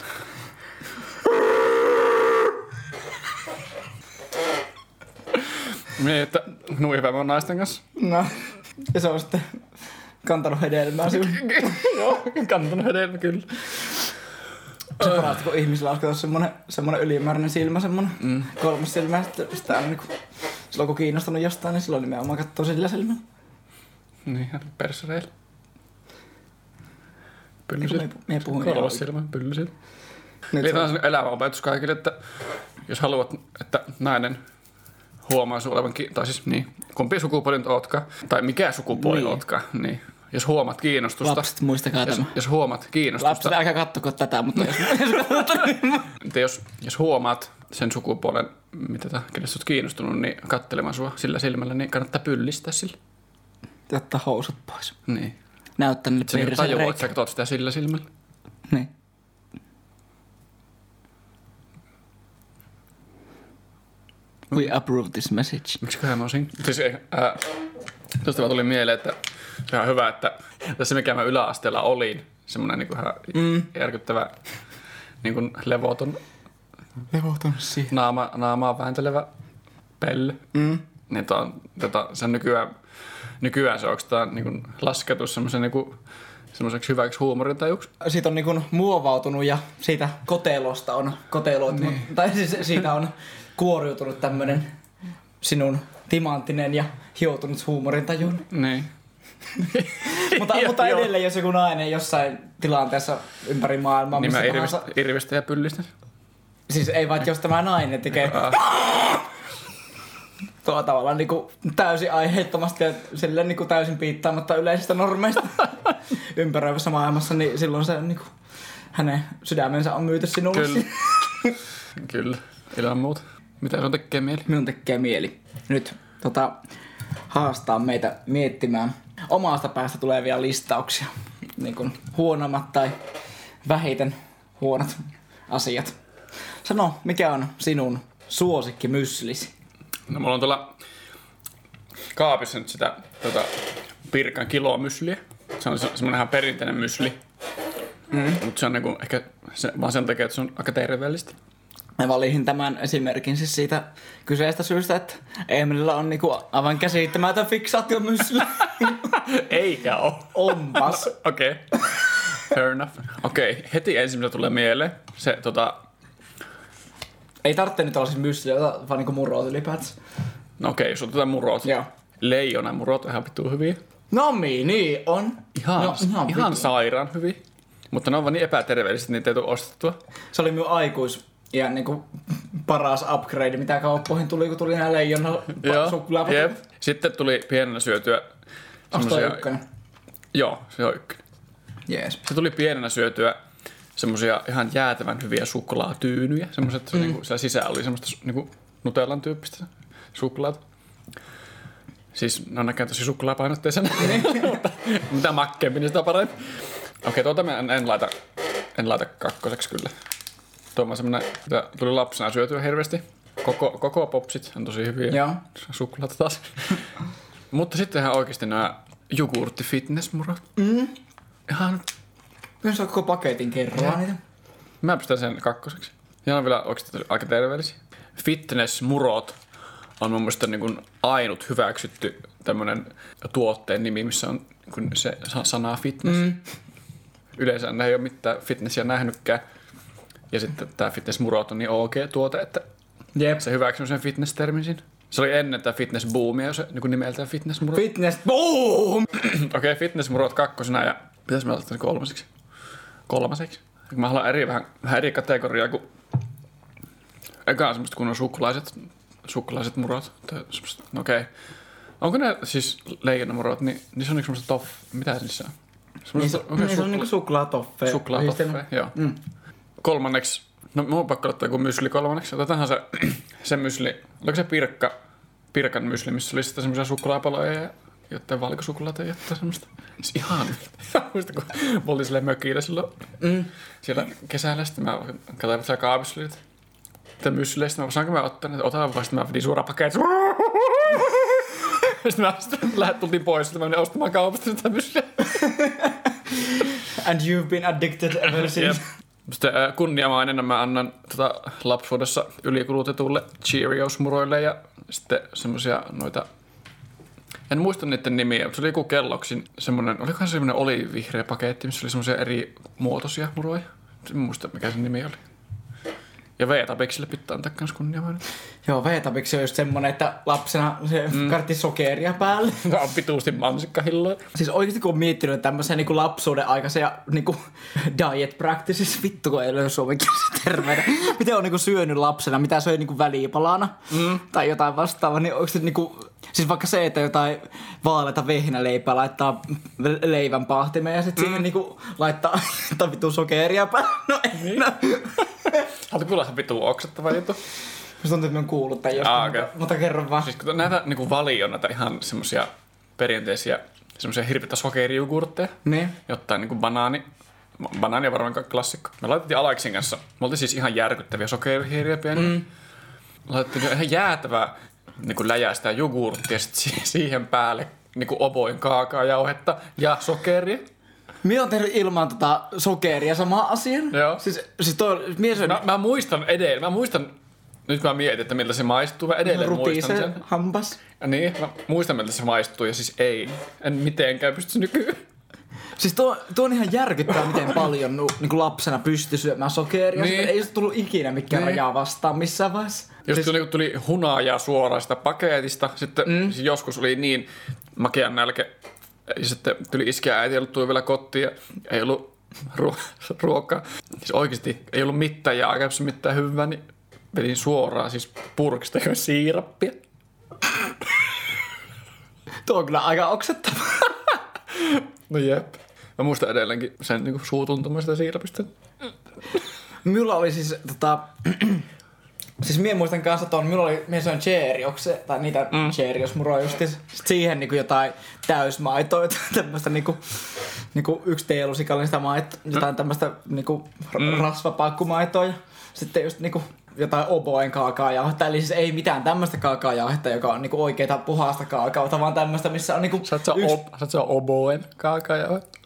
Niin, että nuivä mä oon naisten kanssa. No, ja se on sitten kantanut hedelmää sinun. Joo, kantanut hedelmä kyllä. Se parasta, kun ihmisillä alkaa olla semmonen, semmonen ylimääräinen silmä, semmonen Mm. kolmas silmä. Sitten sitä on niinku, silloin kun kiinnostunut jostain, niin silloin nimenomaan katsoo sillä silmällä. Niin, persereillä. Niin Pyllysit. me puhuin Kolmas silmä, pyllysit. Nyt Eli se tämä on- on elämäopetus kaikille, että jos haluat, että nainen huomaa sun olevan, ki- tai siis niin, kumpi sukupuoli nyt ootkaan, tai mikä sukupuoli Niin. ootkaan, niin jos huomaat kiinnostusta, Lapset, muistakaa jos, tämä. jos huomaat kiinnostusta, Lapset, älkää kattoko tätä, mutta jos... että jos, jos huomaat sen sukupuolen, mitä ta, kenestä oot kiinnostunut, niin katselemaan sua sillä silmällä, niin kannattaa pyllistää sillä. Jättää housut pois. Niin. Näyttää niille Se niinku perseen tajuaa, että sä reikä. katsot sitä sillä silmällä. Niin. We approve this message. Miksiköhän mä olisin? Siis, ää, tuosta vaan tuli mieleen, että se on hyvä, että tässä mikä mä yläasteella olin, semmonen niinku ihan Mm. järkyttävä niinku levoton Levoton siihen. naama, naamaa vääntelevä pelle. Mm. Niin to, tota, se on nykyään, nykyään se onko niinku lasketus semmoisen niinku, semmoiseksi hyväksi huumorintajuksi. Siitä on niinku muovautunut ja siitä kotelosta on koteloitunut. Niin. Tai siis siitä on kuoriutunut tämmönen sinun timanttinen ja hioutunut huumorintajuun. Niin. mutta, Joo, mutta joo. edelleen jos joku nainen jossain tilanteessa ympäri maailmaa, Niin mä missä irvistä, tahansa... irvistä ja pyllistä. Siis ei vaan, jos tämä nainen tekee Ah, tuolla tavalla niinku täysin aiheettomasti ja silleen niinku täysin piittaamatta yleisistä normeista ympäröivässä maailmassa, niin silloin se niinku hänen sydämensä on myyty sinulle. Kyllä. Kyllä, ilman muuta. Mitä sun tekee mieli? Minun tekee mieli nyt tota, haastaa meitä miettimään omasta päästä tulevia listauksia. Niin kuin huonommat tai vähiten huonot asiat. Sano, mikä on sinun suosikkimyslisi? No mulla on tuolla kaapissa nyt sitä tota, Pirkan kilomysliä. Se on se, semmonen ihan perinteinen mysli. Mm. Mutta se on niinku ehkä se, vaan sen takia, että se on aika terveellistä. Mä valitin tämän esimerkin siis siitä kyseistä syystä, että Emilillä on niinku aivan käsittämätön fiksaatiomysli. Eikä oo. Onpas. Okei. Okay. Fair enough. Okei, okay. Heti ensimmäisenä tulee mieleen se tota... Ei tarvitse nyt olla siis mysli, ota vaan niinku murroot ylipäätänsä. No okei, okay, jos otetaan murot. Joo. Leijona murot on ihan vittu hyviä. No niin, on. Ihan, no, ihan, ihan sairaan hyviä. Mutta ne on vaan niin epäterveellisiä, että niitä ei tule ostettua. Se oli minun aikuis ja niinku paras upgrade, mitä kauppoihin tuli, kun tuli nää leijona suklaapatukset. Jep. Sitten tuli pienenä syötyä Onks toi ykkönen? Joo, se on ykkönen. Jees. Se tuli pienenä syötyä semmosia ihan jäätävän hyviä suklaatyynyjä. Semmoset, mm. niinku, siellä sisällä oli semmoista niinku Nutellan tyyppistä suklaata. Siis ne on näkään tosi suklaapainotteisena, mutta mitä makkeampi, niin sitä parempi. Okei, tuota mä en, en, laita, en laita kakkoseksi kyllä. Tuo on vaan semmonen, mitä tuli lapsena syötyä hirveästi. Koko, koko popsit on tosi hyviä. Joo. Suklaata taas. Mutta sitten ihan oikeesti nämä jogurtti fitnessmurot. Mm. Ihan Myös on koko paketin kerralla niitä. Mä pistän sen kakkoseksi. Ja on vielä oikeasti aika terveellisiä. Fitness-murot on mun mielestä niin kuin ainut hyväksytty tämmönen tuotteen nimi, missä on niin se sana fitness. Mm. Yleensä ne ei ole mitään fitnessiä nähnytkään. Ja sitten tää fitness-murot on niin ok tuote, että Jep. se hyväksyy sen fitness-termin siinä. Se oli ennen tää fitness-boomia, se niin nimeltään fitness-murot. Fitness-boom! Okei, okay, fitness-murot kakkosena ja pitäis mä ottaa kolmaseksi? Kolmaseksi. Mä haluan eri, vähän, vähän eri kategoriaa, kun eka on semmoset kunnon suklaiset, suklaiset murot. No okei. Okay. Onko ne siis leijonamurot, niin niissä on niinku semmoset toff... Mitä niissä on? Niissä on, niissä on niinku suklaatoffeja. Suklaatoffeja, joo. Mm. Kolmanneksi, no mun on pakko ottaa joku mysli kolmanneksi. Otetaanhan se, se mysli, oliko se pirkka, pirkan mysli, missä oli sitten semmosia suklaapaloja ja jotain valkosuklaata ja jotain semmoista. Siis ihan, muista kun me oltiin silleen mökillä silloin mm. siellä kesällä. Sitten mä katsoin, että siellä kaapissa oli tätä mysliä. Sitten mä saanko mä ottaa ne, otan vaan. Sitten mä vedin suoraan paketin. Sitten mä lähdin, tultiin pois. Sitten mä menin ostamaan kaupasta sitä mysliä. And you've been addicted ever since. Yep. Sitten kunniamainena mä annan tota lapsuudessa ylikulutetulle Cheerios-muroille ja sitten semmosia noita... En muista niiden nimiä, mutta se oli joku Kellogsin semmonen, olikohan se semmonen olivihreä paketti, missä oli semmosia eri muotoisia muroja. En muista mikä sen nimi oli. Ja V-tapiksille pitää antaa kans kunniamainen. Joo, V-tapiksi on just semmonen, että lapsena se mm. kartti sokeria päälle. Tämä on pituusti mansikkahilloja. Siis oikeesti kun on miettinyt tämmösen niinku lapsuuden aikaisia niinku diet practices, vittu kun ei löydä suomenkielisiä termejä. Miten on niinku syönyt lapsena, mitä söi niinku välipalana mm. tai jotain vastaavaa, niin oikeesti niinku... Siis vaikka se, että jotain vaaleita vehnäleipää laittaa leivän pahtimeen ja sit mm. siihen niinku laittaa tai vittu sokeria päälle. No ei. Niin. No. Haluatko kuulla ihan vittu oksettava juttu? Musta tuntuu, että mä oon kuullut tän jostain, ah, okay. mutta, mutta kerron vaan. Siis kun näitä niinku valio, näitä ihan semmosia perinteisiä, semmosia hirveitä sokerijugurtteja. Niin. Jotain niinku banaani. Banaani on varmaan klassikko. Me laitettiin Aleksin kanssa. Me oltiin siis ihan järkyttäviä sokerihiiriä pieniä. Mm. Laitettiin ihan jäätävää niinku läjäistä jogurttia sit siihen päälle niinku oboin kaakaojauhetta ja sokeria. Minä olen tehnyt ilman tota sokeria samaa asian. Joo. Siis, siis toi, mies on... mä, mä muistan edelleen, mä muistan, nyt mä mietin, että miltä se maistuu, mä edelleen muistan sen. Hampas. Ja niin, mä muistan miltä se maistuu ja siis ei, en mitenkään pysty nykyään. Siis tuo, tuo on ihan järkyttävää, miten paljon nu, niin kuin lapsena pystyi syömään sokeria. Niin. Ei ole tullut ikinä mikään niin. rajaa vastaan missään vaiheessa. Jos siis... tuli, tuli hunajaa suoraan sitä paketista, sitten mm. siis joskus oli niin makean nälke, ja sitten tuli iskeä äiti, ollut tuli vielä kotiin ja ei ollut ruo- ruokaa. Siis oikeesti ei ollut mitään ja aikaisesti mitään hyvää, niin vedin suoraan siis purkista ja siirappia. Tuo on kyllä aika oksettavaa. No jep. Mä muistan edelleenkin sen niinku suutuntumaan sitä siirapista. Minulla oli siis tota... siis mie muistan kanssa tuon, minulla oli, mie söin Cheeriokse, tai niitä mm. Cheerios-muroja justiin. Sitten siihen niinku jotain täysmaitoa, tämmöstä niinku, niinku yksi teelusikallista maitoa, jotain mm. tämmöstä niinku mm. rasvapakkumaitoa. Ja sitten just niinku jotain oboen kaakaojauhetta, eli siis ei mitään tämmöstä kaakaojauhetta, joka on niinku oikeeta puhasta kaakaota, vaan tämmöstä, missä on niinku... Saat sä yks... ob- oboen kaakaojauhetta?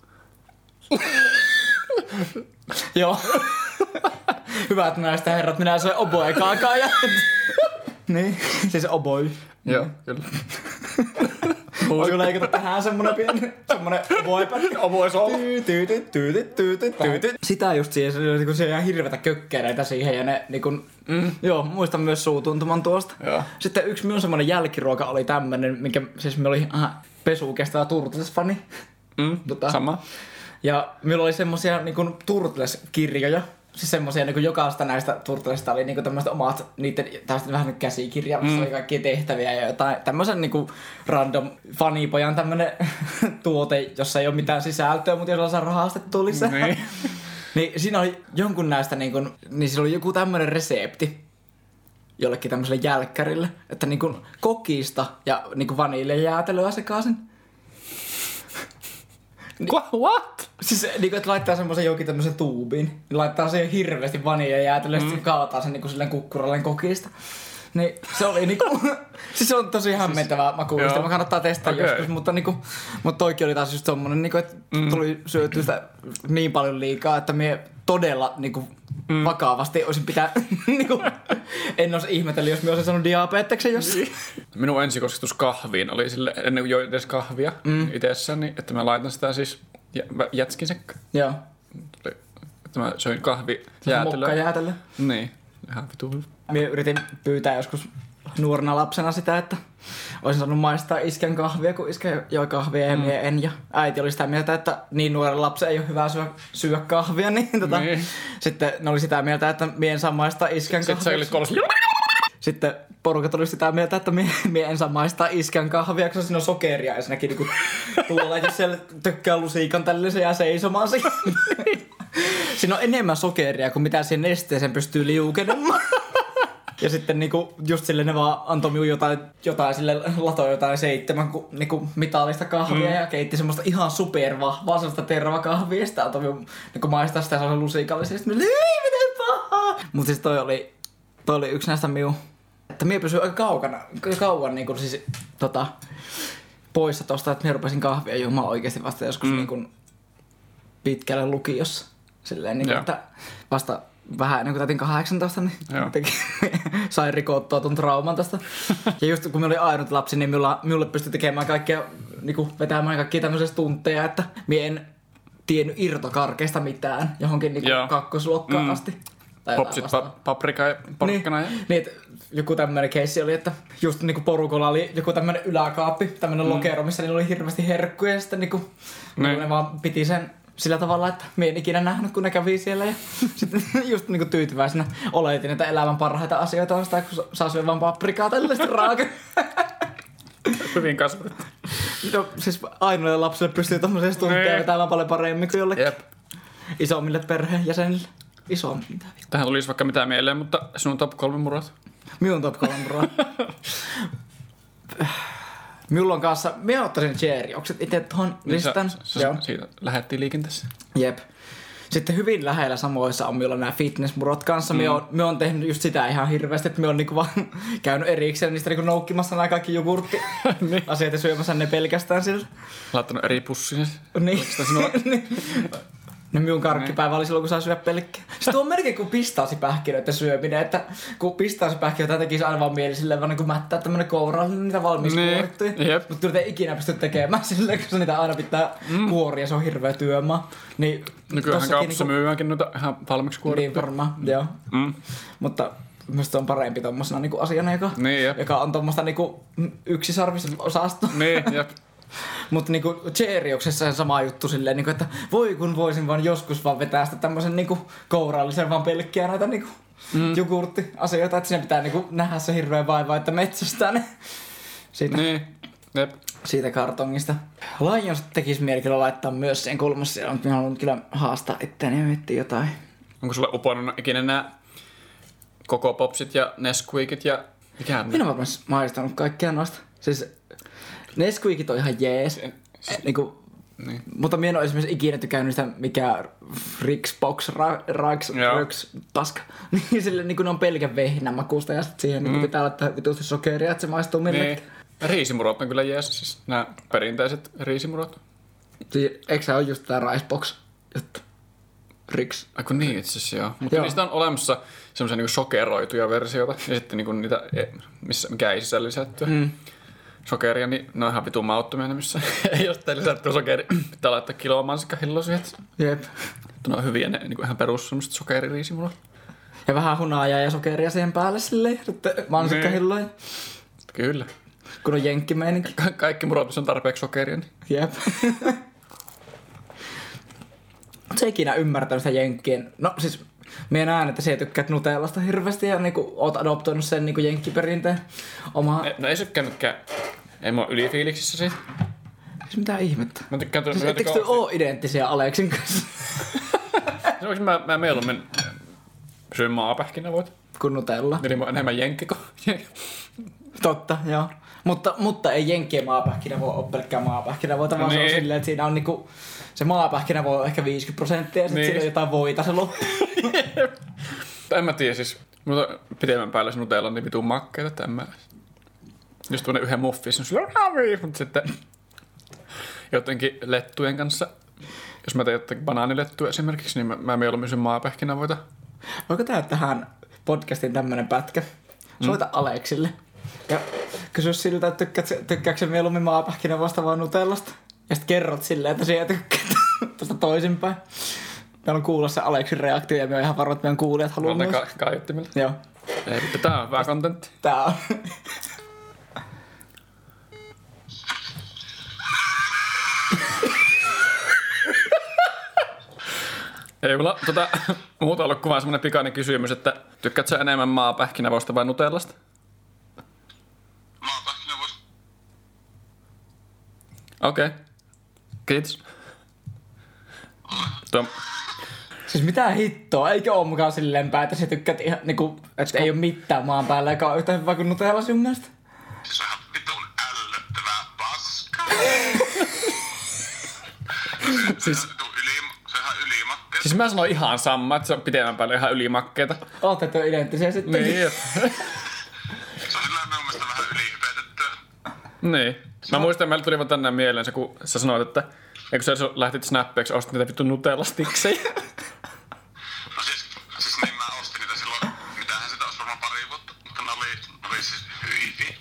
Joo. Hyvät naiset ja herrat, minä söin oboen kaakaojauhetta. Niin, siis oboi. Joo, kyllä. Voiko leikata tähän semmonen pieni, semmonen oboepätkä? Oboesolo. Tyytyt, tyytyt, tyytyt, tyytyt. Sitä just siihen, se oli niinku se ihan hirvetä kökkäreitä siihen ja ne niinku... Mm. Joo, muistan myös suutuntuman tuosta. Joo. Sitten yksi minun semmonen jälkiruoka oli tämmönen, minkä siis me oli aha, pesuu kestävä Turtles-fani. Mm, tota. Sama. Ja meillä oli semmosia niinku Turtles-kirjoja. Siis semmosia niinku jokaista näistä Turtlesista oli niinku tämmöiset omat, niitten tästä vähän nyt käsikirja, missä mm. oli kaikkia tehtäviä ja jotain. Tämmösen niinku random fanipojan tämmönen tuote, jossa ei oo mitään sisältöä, mutta jos on rahastettu lisää. Niin. Niin siinä oli jonkun näistä niinku, niin siinä oli joku tämmönen resepti jollekin tämmöiselle jälkkärille, että niinku kokista ja niinku vaniljajäätelöä sekaisin. What? Siis niinku, että laittaa semmosen jokin tämmösen tuubiin, niin laittaa siihen hirveesti vaniljajäätelöä, mm. ja sitten kaataa sen niinku silleen kukkuralleen kokista. Niin se oli niinku, siis se on tosi hämmentävää makuista, mä kannattaa testaa okay. joskus, mutta niinku, mutta toikin oli taas just tommonen niinku, että mm. tuli syötyä sitä niin paljon liikaa, että mie todella niinku mm. vakavasti olisin pitää, niinku, en olisi ihmetellyt, jos mie olisin saanut diabeteksen jossain. Minun ensikosketus kahviin oli sille, ennen kuin jo edes kahvia mm. itsessäni, että mä laitan sitä siis jätskin sekka. Joo. Että mä söin kahvi jäätelöä. Mokka jäätelöä. Niin, ihan vitu. Minä yritin pyytää joskus nuorena lapsena sitä, että olisin saanut maistaa iskän kahvia, kun iskä joi kahvia ja mm. mie en. Ja äiti oli sitä mieltä, että niin nuoren lapsen ei ole hyvä syö, syödä kahvia. Niin, tota, niin. Sitten ne oli sitä mieltä, että mie en saa maistaa iskän kahvia. Sitten sä olit kolmas. Sitten porukat oli sitä mieltä, että mie, mie en saa maistaa iskän kahvia, koska siinä on sokeria. Ja se näki niinku tuolla, jos siellä tökkää lusiikan tälle, se jää seisomaan siinä. Siinä on enemmän sokeria kuin mitä siihen nesteeseen pystyy liukenemaan. Ja sitten niinku just silleen ne vaan antoi minun jotain, jotain sille latoi jotain seitsemän ku, niinku mitallista kahvia mm. ja keitti semmoista ihan supervahvaa sellaista tervakahvia. Ja sitten antoi minun niinku maistaa sitä sellaisen lusikallisesti. Sitten minä ei miten pahaa. Mut siis toi oli, toi oli yksi näistä minun, että minä pysyin aika kaukana, kauan niinku siis tota poissa tosta, että minä rupesin kahvia juomaan oikeesti vasta joskus mm. niinku pitkälle lukiossa. Silleen niinku, että vasta vähän ennen kuin täytin kahdeksantoista, niin teki, sain rikottua ton trauman tästä. Ja just kun mä olin ainut lapsi, niin minulla, minulle pystyi tekemään kaikkea, niinku vetämään kaikkia tämmöisiä tunteja, että mie en tiennyt irtokarkeista mitään johonkin niinku kakkosluokkaan mm. asti. Popsit, pa- paprika ja porkkana. Niin, ja... niin että joku tämmönen keissi oli, että just niinku porukolla oli joku tämmönen yläkaappi, tämmönen mm. lokero, missä niillä oli hirveästi herkkuja ja sitten niinku niin. ne vaan piti sen sillä tavalla, että mie en ikinä nähnyt, kun ne kävi siellä ja sitten just niinku tyytyväisenä oletin, että elämän parhaita asioita on sitä, kun saa syödä vaan paprikaa tällaista raaka. Hyvin kasvatettu. No siis ainoalle lapselle pystyy tommoseen tuntia vetämään paljon paremmin kuin jollekin Jep. isommille perheenjäsenille. Isommille. Tähän tulisi vaikka mitään mieleen, mutta sinun top kolme murot. Minun top kolme murot. Minulla on kanssa, minä ottaisin cheeriokset itse tuohon niin listan. Sä, sä, siitä lähdettiin liikenteessä. Jep. Sitten hyvin lähellä samoissa on minulla nämä fitnessmurot kanssa. Mm. Minä on, minä on tehnyt just sitä ihan hirveästi, että minä on niinku vaan käynyt erikseen niistä niinku noukkimassa nämä kaikki jogurtti-asiat ja syömässä ne pelkästään sillä. Laittanut eri pussiin. Niin. niin. No minun karkkipäivä oli silloin, kun saa syödä pelkkää. Se tuo melkein kuin pistaasipähkinöiden syöminen, että kun pistaasipähkinöitä tekisi aina vaan mieli silleen vaan niin kuin mättää tämmönen kourallinen niitä valmis kuorittuja. Yep. Mutta kyllä ei ikinä pysty tekemään silleen, koska niitä aina pitää mm. kuoria, se on hirveä työmaa. Niin, nykyään kaupassa niinku... myydäänkin noita ihan valmiiksi kuorittuja. Niin varmaan, joo. Mm. Mutta myös on parempi tommosena niinku asiana, joka, niin, joka on tommoista niinku yksisarvisen osasto. Niin, jep. Mutta niinku cheerioksessa on sama juttu silleen, niinku, että voi kun voisin vaan joskus vaan vetää sitä tämmösen niinku kourallisen vaan pelkkiä näitä niinku mm. jogurttiasioita, että siinä pitää niinku nähdä se hirveä vaiva, että metsästää ne siitä, niin. Jep. siitä kartongista. Lions tekis mieli kyllä laittaa myös sen kulmassa siellä, mutta minä haluan kyllä haastaa itseäni ja miettiä jotain. Onko sulle uponnut ikinä nää koko popsit ja Nesquikit ja mikä? Minä olen varmaan maistanut kaikkia noista. Siis Nesquikit on ihan jees. Niinku, niin. Mutta minä en ole esimerkiksi ikinä tykännyt sitä mikä Rixbox, Rags, Rags, paska. Niin sille niinku ne on pelkän vehnän makusta ja sit siihen mm. niinku pitää laittaa vitusti sokeria, että se maistuu millekin. Niin. Riisimurot on kyllä jees, siis nämä perinteiset riisimurot. Siis, eikö se ole just tää Ricebox juttu? Rix. Aiku niin itse asiassa joo. Mutta joo. Niistä on olemassa semmoisia niinku sokeroituja versioita ja sitten niinku niitä, missä, mikä ei sisällä lisättyä. Mm. Sokeria, niin ne on ihan vitun mauttomia ne, missä ei ole teille lisättyä sokeri. Pitää laittaa kiloa mansikkahilloa siihen. Jep. Mutta ne on hyviä ne niin ihan perus semmoset sokeririisimulat. Ja vähän hunajaa ja sokeria siihen päälle silleen, mansikkahilloa. Niin. Kyllä. Kun on jenkkimeininki. Ka- kaikki murot, on tarpeeksi sokeria. Niin. Jep. Oletko ikinä ymmärtänyt sitä jenkkien? No siis, minä näen, että se tykkäät Nutellasta hirveästi ja niinku oot adoptoinut sen niinku jenkkiperinteen omaa. No ei se käynytkään. Ei mä oon ylifiiliksissä siitä. Eikö mitään ihmettä? Mä tykkään tuolla. Siis ettekö te oo identtisiä Aleksin kanssa? Se mä, mä mieluummin syön maapähkinävoita. Kun Nutella. Eli mä oon enemmän jenkki kuin... Totta, joo. Mutta, mutta ei jenkkien maapähkinä voi ole pelkkää maapähkinävoita, vaan niin. Se on silleen, että siinä on niinku... Se maapähkinä voi olla ehkä viisikymmentä prosenttia ja sit niin. Siinä on jotain voita se loppu. En mä tiedä siis. Mutta pitemmän päällä se Nutella on niin vitun makkeita, että en mä... Just tuonne yhden muffin, se on mutta sitten jotenkin lettujen kanssa, jos mä teen jotenkin banaanilettuja esimerkiksi, niin mä, mä mieluummin sen maapähkinävoita. Voiko tää tähän podcastin tämmönen pätkä? Soita mm. Aleksille ja kysy siltä, että tykkäätkö, tykkääkö se mieluummin maapähkinävoista vai Nutellasta? Ja sit kerrot silleen, että siellä tykkäät tuosta toisinpäin. Meillä on kuulla se Aleksin reaktio ja me on ihan varma, että meidän kuulijat haluaa myös. Ka- kaiuttimilla. Joo. Ei, mutta tää on hyvä kontentti. Tää on. Ei mulla tota, muuta ollut kuvaa semmonen pikainen kysymys, että tykkäätkö sä enemmän maapähkinävoista vai Nutellasta? Maapähkinävoista. Okei. Okay. Kiitos. Tuo... Siis mitä hittoa, eikö oo mukaan silleen päin, että sä tykkäät ihan niinku, että Sko... ei oo mitään maan päällä, eikä oo yhtä hyvä kuin Nutella sun mielestä? Siis on ihan vitun ällöttävää paskaa. siis... Se on yli, se on ihan ylimakkeeta. Siis mä sanoin ihan sama, että se on pitemmän päälle ihan ylimakkeeta. Ootte tuo identtisiä sitten. Niin. Se on sillä minun mielestä vähän ylihypetettyä. Niin. Mä muistan, että meillä tuli vaan tänään mieleen se, kun sä sanoit, että eikö sä lähtit snappeeksi, ostit niitä vittu Nutella-stiksejä? No siis, siis niin mä ostin niitä silloin, mitähän sitä olisi varmaan pari vuotta, mutta ne oli, ne oli siis hyviä.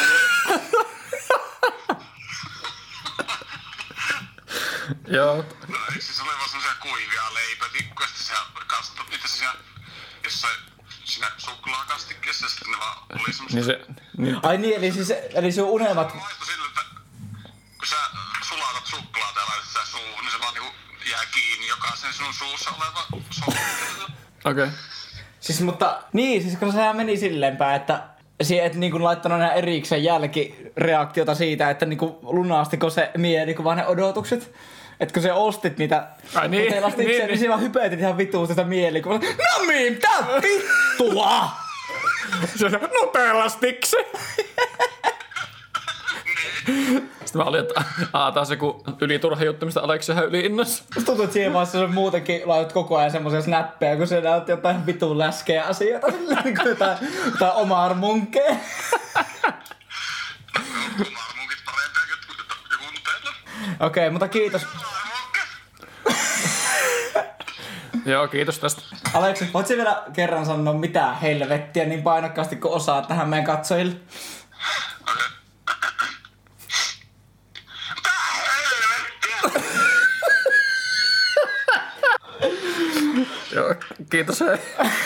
Joo. No ei, siis oli vaan semmosia kuivia leipätikkuja, sitten sä kastat niitä siellä jossain siinä suklaakastikkeessa, ja sitten ne vaan oli semmosia... Niin se... Niin. Ai niin, eli, siis, eli sun unelmat... Maistui sillä, että kun sä sulatat suklaata ja laitat sitä suuhun, niin se vaan niinku jää kiinni jokaisen sun suussa oleva sohvalla. Okei. Okay. Siis mutta, niin siis kun sehän meni silleenpäin, että si et niinku laittanut enää erikseen jälkireaktiota siitä, että niinku lunastiko se mielikuva ne odotukset. Et kun sä ostit niitä Ai niin, Nutellastikseen, niin, niin, niin. niin sä vaan hypetit ihan vituusta sitä mielikuvaa. No niin, mitä vittua! Se on Nutella-stiksi! Sitten mä olin, että aah, taas joku yliturha juttu, mistä Aleksi ihan yli innossa. Musta tuntuu, että siinä vaiheessa sä muutenkin laitat koko ajan semmosia snappeja, kun sä näyt jotain vitun läskeä asioita. Niin kuin jotain, jotain omaa munkea. Marmunkit parempia kuin joku Nutella. Okei, okay, mutta kiitos. Joo, kiitos tästä. Aleksi, voit sä vielä kerran sanoa mitä helvettiä niin painokkaasti kuin osaat tähän meidän katsojille? Okei. Mitä helvettiä? Joo, kiitos hei.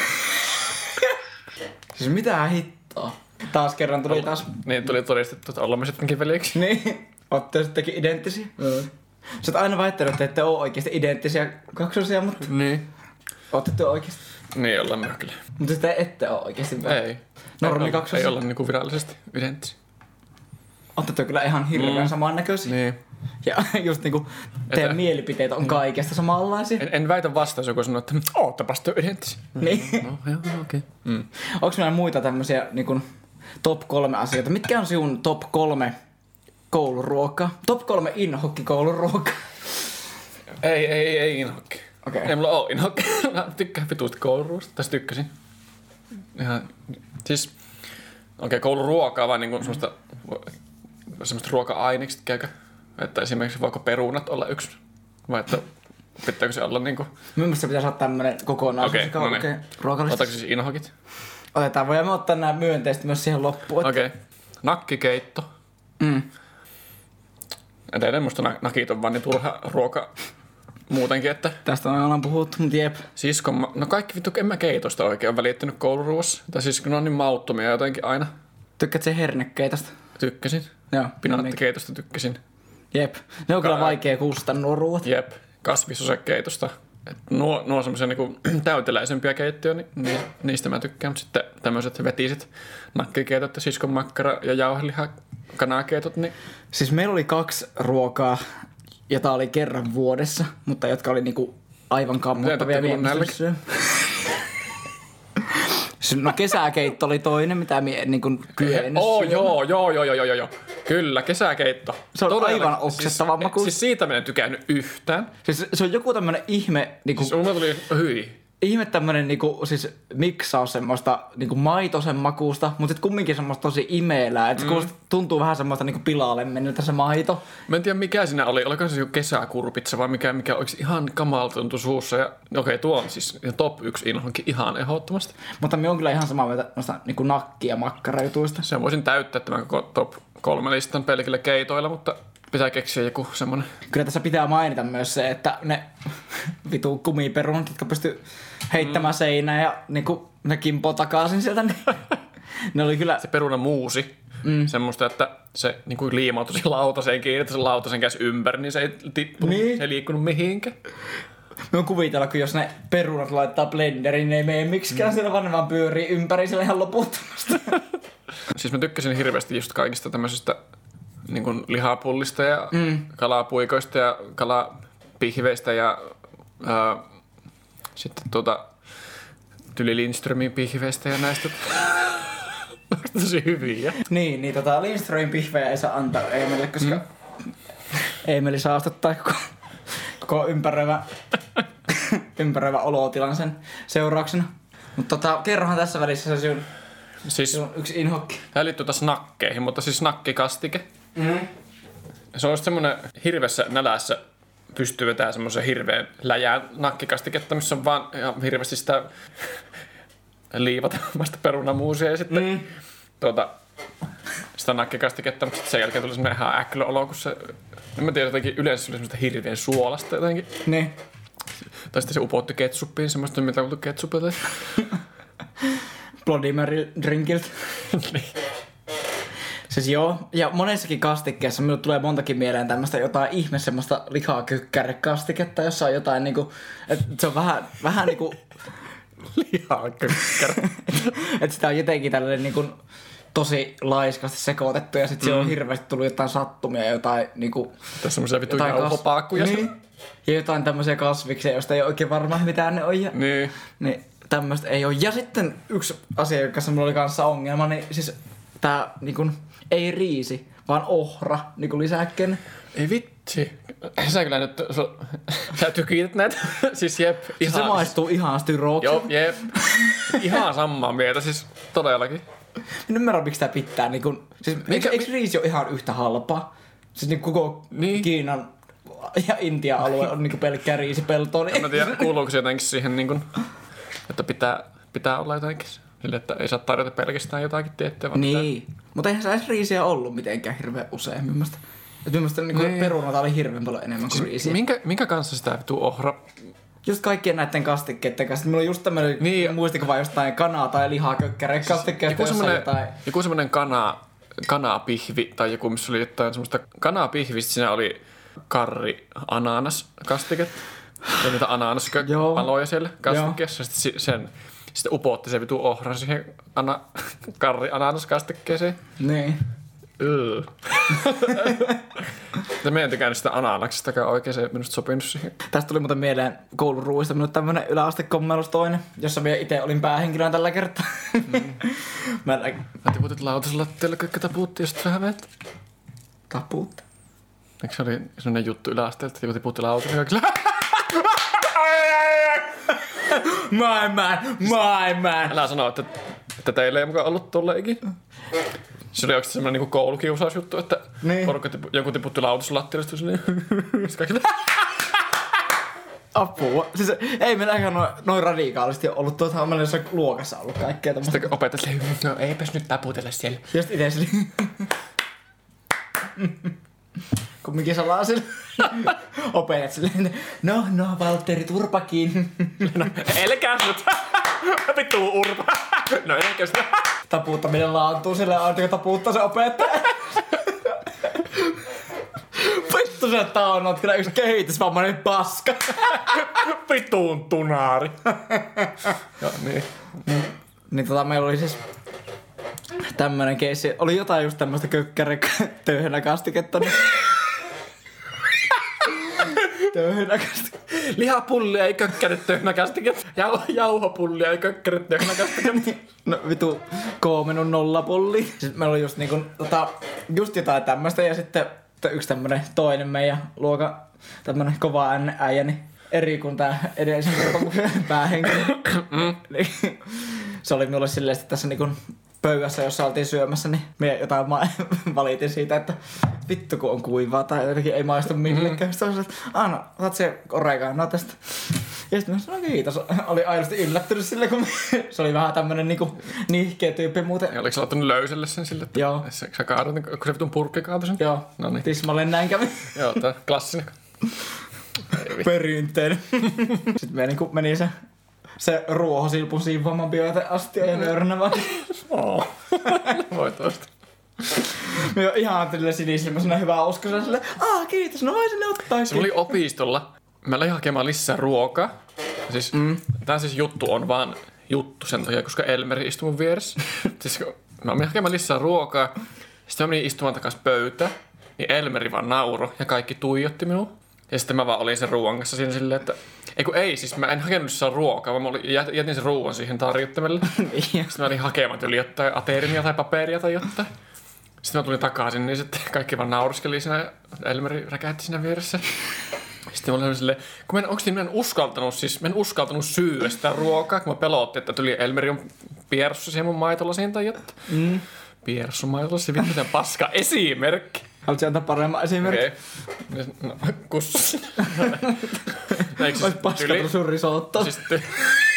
Siis mitä hittoa? Taas kerran tuli taas... Niin, tuli todistettu, että olemme sittenkin veljeksi. Niin, ootte sittenkin identtisiä. Mm. Sä oot aina väittänyt, että ette oo oikeesti identtisiä kaksosia, mutta... Niin. Ootte te oikeesti. Niin, ollaan me kyllä. Mutta sitten ette oo oikeesti. Ei. Normi ei kaksosia. Ei olla niinku virallisesti identtisiä. Ootte te kyllä ihan hirveän mm. samannäköisiä. Niin. Ja just niinku teidän Että... mielipiteet on kaikesta samanlaisia. En, en väitä vastaan, joku sanoo, että oottapas te identtisiä. Niin. No, joo, okei. Okay. Mm. Onks meillä muita tämmösiä niinku top kolme asioita? Mitkä on sinun top kolme kouluruokaa? Top kolme inhokkikouluruokaa? Ei, ei, ei inhokki. Okei. Ei mulla oo inhokki. Mä tykkään vituusti kouluruoasta. Tässä tykkäsin. Ihan, siis, okei, okay, kouluruokaa vaan niinku semmoista, semmoista ruoka-ainekset käykö? Että esimerkiksi voiko perunat olla yksi? Vai että pitääkö se olla niinku... Mielestäni pitäisi olla tämmönen kokonaisuus, Okei, joka no on niin. oikein ruokallista. Otatko siis inhokit? Otetaan, voimme ottaa nämä myönteiset myös siihen loppuun. Okei. Okay. Nakkikeitto. Mm. Edelleen musta na- nakit on vaan niin turha ruoka muutenkin, että... Tästä on ollaan puhuttu, mutta jep. Siskon, ma- no kaikki vittu, en mä keitosta oikein ole välittänyt kouluruoassa. Tai siis kun ne on niin mauttomia jotenkin aina. Tykkät se hernekeitosta? Tykkäsin. Joo. Pinaattikeitosta tykkäsin. Jep. Ne on kyllä Ka- vaikea kuustaa nuo ruuat. Jep. Kasvisosekeitosta. Et nuo, nuo on semmosia niinku täyteläisempiä keittoja, niin, niin niistä mä tykkään. Mutta sitten tämmöiset vetiset nakkikeitot ja siskon makkara ja jauheliha kanakeitot, niin... Siis meillä oli kaksi ruokaa, jota oli kerran vuodessa, mutta jotka oli niinku aivan kammottavia viemistä. No kesäkeitto oli toinen, mitä mie niinku kyennyt Oh, syömään. joo, joo, joo, joo, joo, joo. Kyllä, kesäkeitto. Se on Todella, aivan oksettava siis, maku. Siis siitä mä en tykännyt yhtään. Siis se on joku tämmönen ihme niinku... Siis mulla tuli hyi. ihme tämmönen niinku, siis miksaus semmoista niinku maitosen makuusta, mutta sit kumminkin semmoista tosi imeelää. Et se mm. tuntuu vähän semmoista niinku pilalle mennyt se maito. Mä en tiedä mikä siinä oli, oliko se joku kesäkurpitsa vai mikä, mikä oikeesti ihan kamalta tuntui suussa. Ja okei, okay, tuo on siis top yksi inhonkin ihan ehdottomasti. Mutta me on kyllä ihan samaa mieltä noista niinku nakki- ja makkarajutuista. Sen voisin täyttää tämän koko top kolme listan pelkillä keitoilla, mutta pitää keksiä joku semmonen. Kyllä tässä pitää mainita myös se, että ne vitu kumiperunat, jotka pystyy heittämään mm. seinään ja niinku ne kimpoo takaisin sieltä, niin ne oli kyllä... Se perunamuusi, mm. semmoista, että se niinku liimautui siihen lautaseen kiinni, että se lautasen käsi ympäri, niin se ei tippunut, niin. Se ei liikkunut mihinkään. Me on kuvitella, kun jos ne perunat laittaa blenderiin, niin ei mene miksikään mm. siellä, vaan ne vaan pyörii ympäri siellä ihan loputtomasti. Siis mä tykkäsin hirveästi just kaikista tämmöisistä niin kuin lihapullista ja mm. kalapuikoista ja kalapihveistä ja ää, sitten tuota tyli Lindströmin pihveistä ja näistä. Tosi hyviä. Niin, niin tota Lindströmin pihvejä ei saa antaa Eemelille, koska mm. Eemeli saastuttaa koko, koko ympäröivä, ympäröivä olotilan sen seurauksena. Mutta tota, kerrohan tässä välissä se sinun, siis, sinun yksi inhokki. Tämä liittyy taas snakkeihin, mutta siis snakkikastike. Mm. Se on just semmonen hirveässä nälässä pystyy vetämään semmoisen hirveän läjään nakkikastiketta, missä on vaan ihan hirveästi sitä liivatamasta perunamuusia ja sitten mm. tuota, sitä nakkikastiketta, mutta sen jälkeen tuli semmoinen ihan äkkölö-olo, kun se, en mä tiedä, jotenkin yleensä se oli semmoista hirveän suolasta jotenkin. Niin. Tai sitten se upotti ketsuppiin, semmoista mitä on ketsupilta. Bloody Mary drinkiltä. Niin. Siis joo, ja monessakin kastikkeessa minulle tulee montakin mieleen tämmöistä jotain ihme semmoista lihakykkärikastiketta, jossa on jotain niinku, että se on vähän, vähän niinku lihakykkärä. Että sitä on jotenkin tällainen niinku tosi laiskasti sekoitettu ja sitten mm. se on hirveästi tullut jotain sattumia ja jotain niinku... Tässä semmoisia vittu jauhopaakkuja. Niin. Ja jotain tämmöisiä kasviksia, joista ei ole oikein varmaan mitään ne on. Ja, niin. Niin tämmöistä ei ole. Ja sitten yksi asia, joka minulla oli kanssa ongelma, niin siis tää niinku... Ei riisi, vaan ohra, niinku lisäkkeen. Ei vitsi. Sä kyllä nyt, sä tykiit näitä. Siis jep. Ihan, se maistuu ihan styrookselta. Joo, jep. Ihan samaa mieltä, siis todellakin. En ymmärrä, miksi tää pitää niinku... Siis eikö, eikö riisi ole ihan yhtä halpaa? Siis niinku koko niin. Kiinan ja Intian alue on niinku pelkkää riisipeltoa. Niin... En mä tiedä, kuuluuko se jotenkin siihen niinku, että pitää, pitää olla jotenkin... Sille, että ei saa tarjota pelkästään jotakin tiettyä. Niin. Pitää... Mutta eihän se edes riisiä ollut mitenkään hirveän usein. Mielestäni mielestä niin niin. Perunata oli hirveän paljon enemmän kuin riisiä. Minkä, minkä kanssa sitä vituu ohra? Just kaikkien näiden kastikkeiden kanssa. Mulla on just tämmönen niin. muistikuva jostain kanaa tai lihakökkärä kastikkeesta. Joku semmonen, jotain... joku semmonen kana, kanapihvi tai joku, missä oli jotain semmoista kanapihvistä. Siinä oli karri ananas kastiketta. Ja niitä ananaspaloja siellä kastikkeessa. Sitten sen... Sitten upotti se vitu ohran siihen ana, karri ananaskastikkeeseen. Niin. Öö. Mä en tykännyt sitä ananaksistakaan oikein, se ei minusta sopinut siihen. Tästä tuli muuten mieleen kouluruuista minulle tämmönen yläastekommelus toinen, jossa minä itse olin päähenkilöön tällä kertaa. Mm. Mä, lä- Mä tiputit lautaslattialle, kaikki taputti ja sitten vähän vettä. Taputti? Eikö se oli sellainen juttu yläasteelta, että tiputti lautaslattialle? My man, my man. Älä sano, että, että teille ei mukaan ollut tolleikin. Se oli oikeasti semmoinen niinku koulukiusausjuttu, että niin. porukka tipu, joku tiputti lautaslattialle, niin kaikki... Apua. Siis ei meilläkään noin noin radikaalisti ollut tuota, on meillä jossain luokassa ollut kaikkea tämmöistä. Sitten opetat silleen, no eipäs nyt taputella siellä. Just ite silleen. Kumminkin salaa sille. Opetat silleen, no, no, Valtteri, turpa kiinni. No, elkää nyt. Vittu urpa. No, ehkä sitä. Taputtaminen laantuu silleen, aina kun taputtaa se opettaja. Vittu se taon, oot kyllä yksi kehitysvammainen paska. Vittuun tunaari. Joo, niin. Niin tota, meillä oli siis tämmönen keissi. Oli jotain just tämmöstä kökkäriköyhänäkastiketta. Niin... Töyhnäkästikettä. Lihapullia ei kökkärit töyhnäkästikettä. Jau- jauhopullia ei kökkärit töyhnäkästikettä. No vitu koomenun nollapulli. Siis meillä oli just niinku, tota, just jotain tämmöstä ja sitten yksi tämmönen toinen meidän luokan tämmönen kova äijä, niin eri kuin tää edellisen kertomuksen päähenkilö. Niin, se oli minulle silleen, että tässä niinku pöydässä, jossa oltiin syömässä, niin me jotain ma- valitin siitä, että vittu kun on kuivaa tai jotenkin ei maistu millekään. Sitten oli että Anna, otat se oregano tästä. Ja sitten mä sanoin, no kiitos. Oli aidosti yllättynyt sille, kun se oli vähän tämmönen niinku nihkeä tyyppi muuten. Ja oliko sä laittanut löyselle sen sille, että Joo. sä, sä kaadut, kun se vitun purkki kaatui sen? Joo, No niin. tismalleen näin kävi. Joo, tää klassinen. Perinteinen. Sitten me niinku meni se, se ruohosilpun siivoaman bioite astia ja nöyränä vaan. Oh. Voi toista. Me ihan silleen sinisilmäisenä hyvää uskoisena silleen, aah kiitos, no voi sinne ottaa. Se oli opistolla. Mä lähdin hakemaan lisää ruokaa. Siis, mm. Tää siis juttu on vaan juttu sen takia, koska Elmeri istui mun vieressä. Siis kun mä menin hakemaan lisää ruokaa. Sitten mä menin istumaan takas pöytään. Niin Elmeri vaan nauroi ja kaikki tuijotti minua. Ja sitten mä vaan olin sen ruoan kanssa siinä silleen, että... Ei kun ei, siis mä en hakenut lisää ruokaa, vaan mä olin, jätin sen ruoan siihen tarjottimelle. Sitten mä olin hakemaan yli jotain aterimia tai paperia tai jotain. Sitten mä tulin takaisin, niin sitten kaikki vaan nauriskeli siinä ja Elmeri räkähti siinä vieressä. Sitten mä olin silleen, kun mä en, onks niin, mä en uskaltanut, siis mä en uskaltanut syödä sitä ruokaa, kun mä pelotti, että tuli Elmeri on pierssu siihen mun maitolasiin tai jotain. Mm. Pierssu maitolasi, vittu miten paska esimerkki. Haluatko antaa paremman esimerkki? Okei. Okay. No, kussi. Ois paskattu sun risotto. Siis ty-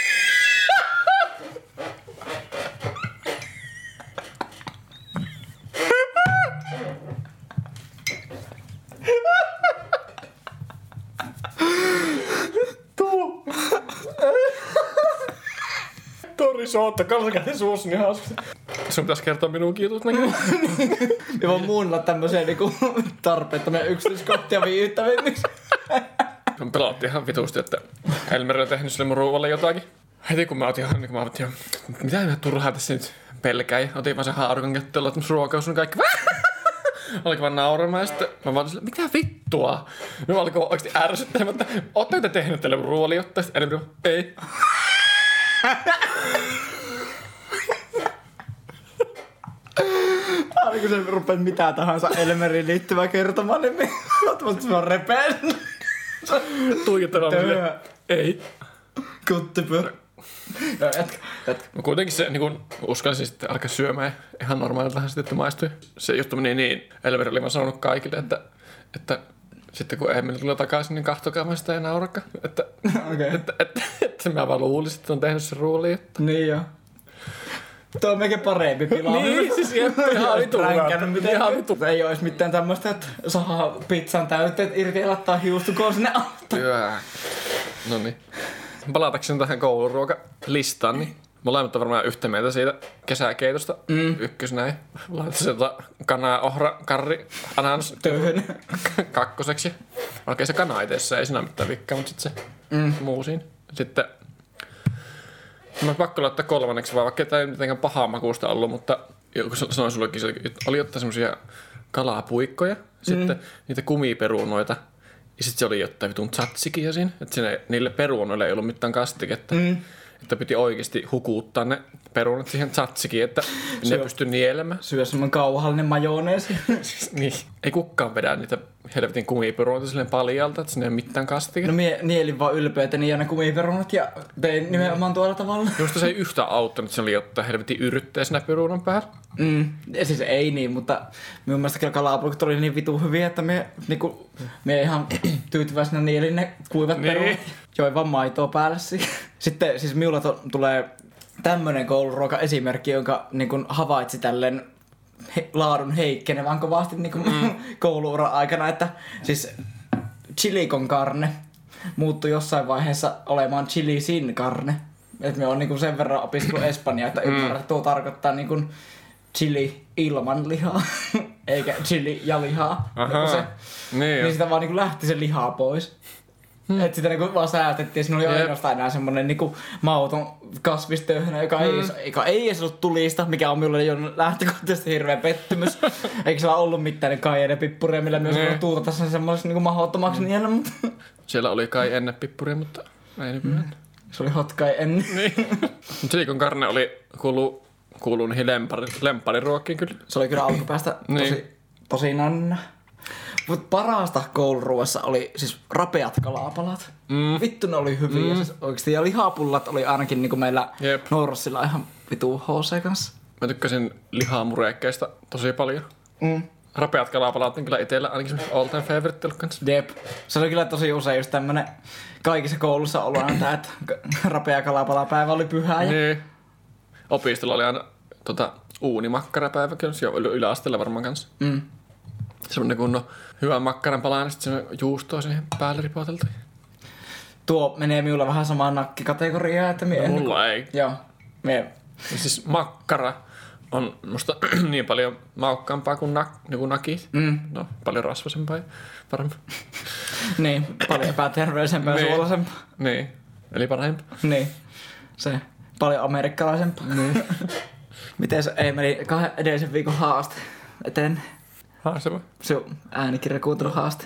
Tuo risotto, kalsakäti suussa niin hauska. Sun pitäis kertoa minun kiitos näkyy. Ja vaan muunnella tämmöseen niinku tarpeettomia yksityiskohtia viihdyttävimmiksi. Mä pelotti ihan vitusti, että Elmeri on tehnyt sille mun ruualle jotakin. Heti kun mä otin ihan, niin kun mä otin, mitä mä turhaa tässä nyt pelkää. Ja otin vaan sen haarukan kättelyllä, että ruokaus on kaikki. Alkoi vaan nauramaan ja sitten mä vaan silleen, mitä vittua? Ja mä alkoi oikeesti ärsyttämään, että ootteko te tehnyt teille mun ruoalle jotain? Sitten Elmeri on, ei. Aina kun sä rupeat mitä tahansa Elmeriin liittyvää kertomaan, niin me oottamassa mä repeen. Tuijottamaan silleen, ei. Kuttipyörä. Joo, jatka, jatka. No kuitenkin se niin kun uskalsin sitten alkaa syömään ihan normaaliltahan sitten, että maistui. Se juttu meni niin, Elmeri oli vaan sanonut kaikille, että, että sitten kun Emeli tuli takaisin, niin kahtokaa mä sitä ei naurakaan. Että, okay. että, että, että mä vaan luulisin, että on tehnyt sen ruuliin. Että... Niin joo. Tuo on mekin parempi pilaa. Niin, siis ihan vitu. Ihan vitu. Ei ois mitään tämmöstä, että saa pizzan täytteet irti ja laittaa hiustukoon sinne autoon. No niin. Palatakseni tähän kouluruokalistaan, niin molemmat on varmaan yhtä mieltä siitä kesäkeitosta. Mm. Ykkösenä. Laitatte sieltä kanaa, ohra, karri, ananas. Töyhön. Kakkoseksi. Okei, se kana itessä ei siinä mitään vikkaa, mutta sitten se mm. muu siinä. Sitten mä pakko laittaa kolmanneksi, vaan vaikka ei mitenkään pahaa makuusta ollut, mutta kun sanoin sullekin, oli jotain semmosia kalapuikkoja, mm. sitten niitä kumiperunoita. Ja sitten se oli jotain vitun tzatsikia siinä, että siinä, niille perunoille ei ollut mitään kastiketta. Mm. Että piti oikeasti hukuuttaa ne perunat siihen tzatsikiin, että Syö. ne pystyi nielemään. Syö semmoinen kauhallinen majoneesi. Niin. Ei kukaan vedä niitä helvetin kumiperunoita silleen paljalta, että siinä ei ole mitään kastiketta. No mie nielin vaan ylpeyteni ja ne kumiperunat ja tein nimenomaan tuolla tavalla. Minusta se ei yhtään auttanut, että siinä oli jotain helvetin yrrytteä siinä perunan päällä. Mm. Ja siis ei niin, mutta minun mielestä kyllä kalapuikot oli niin vitu hyviä, että me, niinku, me ihan tyytyväisenä nielin ne kuivat niin. perunat. Join vaan maitoa päälle siihen. Sitten siis minulla to, tulee tämmönen kouluruoka-esimerkki, jonka niin kun havaitsi tälleen he, laadun heikkenevän kovasti niin kun mm. kouluuran aikana, että siis chili con carne muuttui jossain vaiheessa olemaan chili sin carne. Että me on niin kun sen verran opiskellut espanjaa, että ymmärrän, että tuo tarkoittaa niin kun chili ilman lihaa, eikä chili ja lihaa. Se, niin, niin sitä vaan niin kun lähti se lihaa pois. Hmm. Että sitä niinku vaan säätettiin, siinä oli yep. ainoastaan enää semmonen niinku mauton kasvistöyhönä, joka, hmm. ei, joka ei edes ollut tulista, mikä on minulle jo lähtökohtaisesti hirveä pettymys. Eikä siellä ollut mitään cayenne-pippuria, millä myös voi tuutata sen semmoiseksi niinku mahdottomaksi mm. niellä, mutta... Siellä oli cayenne-pippuria, mutta ei nykyään. Mm. Se oli hot cayenne. Niin. Chili con carne oli kuulu, kuulu niihin lempari, lempariruokkiin kyllä. Se oli kyllä alkupäästä tosi, niin. tosi nanna. Mut parasta kouluruuassa oli siis rapeat kalapalat. Mm. Vittu ne oli hyviä. Mm. Siis oikeesti. Ja lihapullat oli ainakin niinku meillä Jep. Noorossilla ihan vitu H C kanssa. Mä tykkäsin lihamureekkeista tosi paljon. Mm. Rapeat kalapalat on kyllä itsellä ainakin semmoinen all time favorite ollut kanssa. Jep. Se oli kyllä tosi usein just tämmönen kaikissa koulussa ollut aina tää, että rapea kalapalapäivä oli pyhä. Ja... Niin. Opistolla oli aina tota, uunimakkarapäivä kyllä, se on yläasteella varmaan kanssa. Mm. Semmoinen kunnon hyvä makkaran pala, niin sitten juustoa siihen päälle ripoteltu. Tuo menee minulla vähän samaan nakkikategoriaan, että mie... No, mulla ei. Joo. Mie... Siis makkara on musta niin paljon maukkaampaa kuin, nak, niin kuin nakit. Mm. No, paljon rasvasempaa ja parempi. Niin, paljon epäterveellisempää ja Niin. suolaisempaa. Niin, eli parempi. Niin, se paljon amerikkalaisempaa. Niin. Miten se ei meni kahden edellisen viikon haaste eteen? Haastava. Se on äänikirjakuuntelun haaste.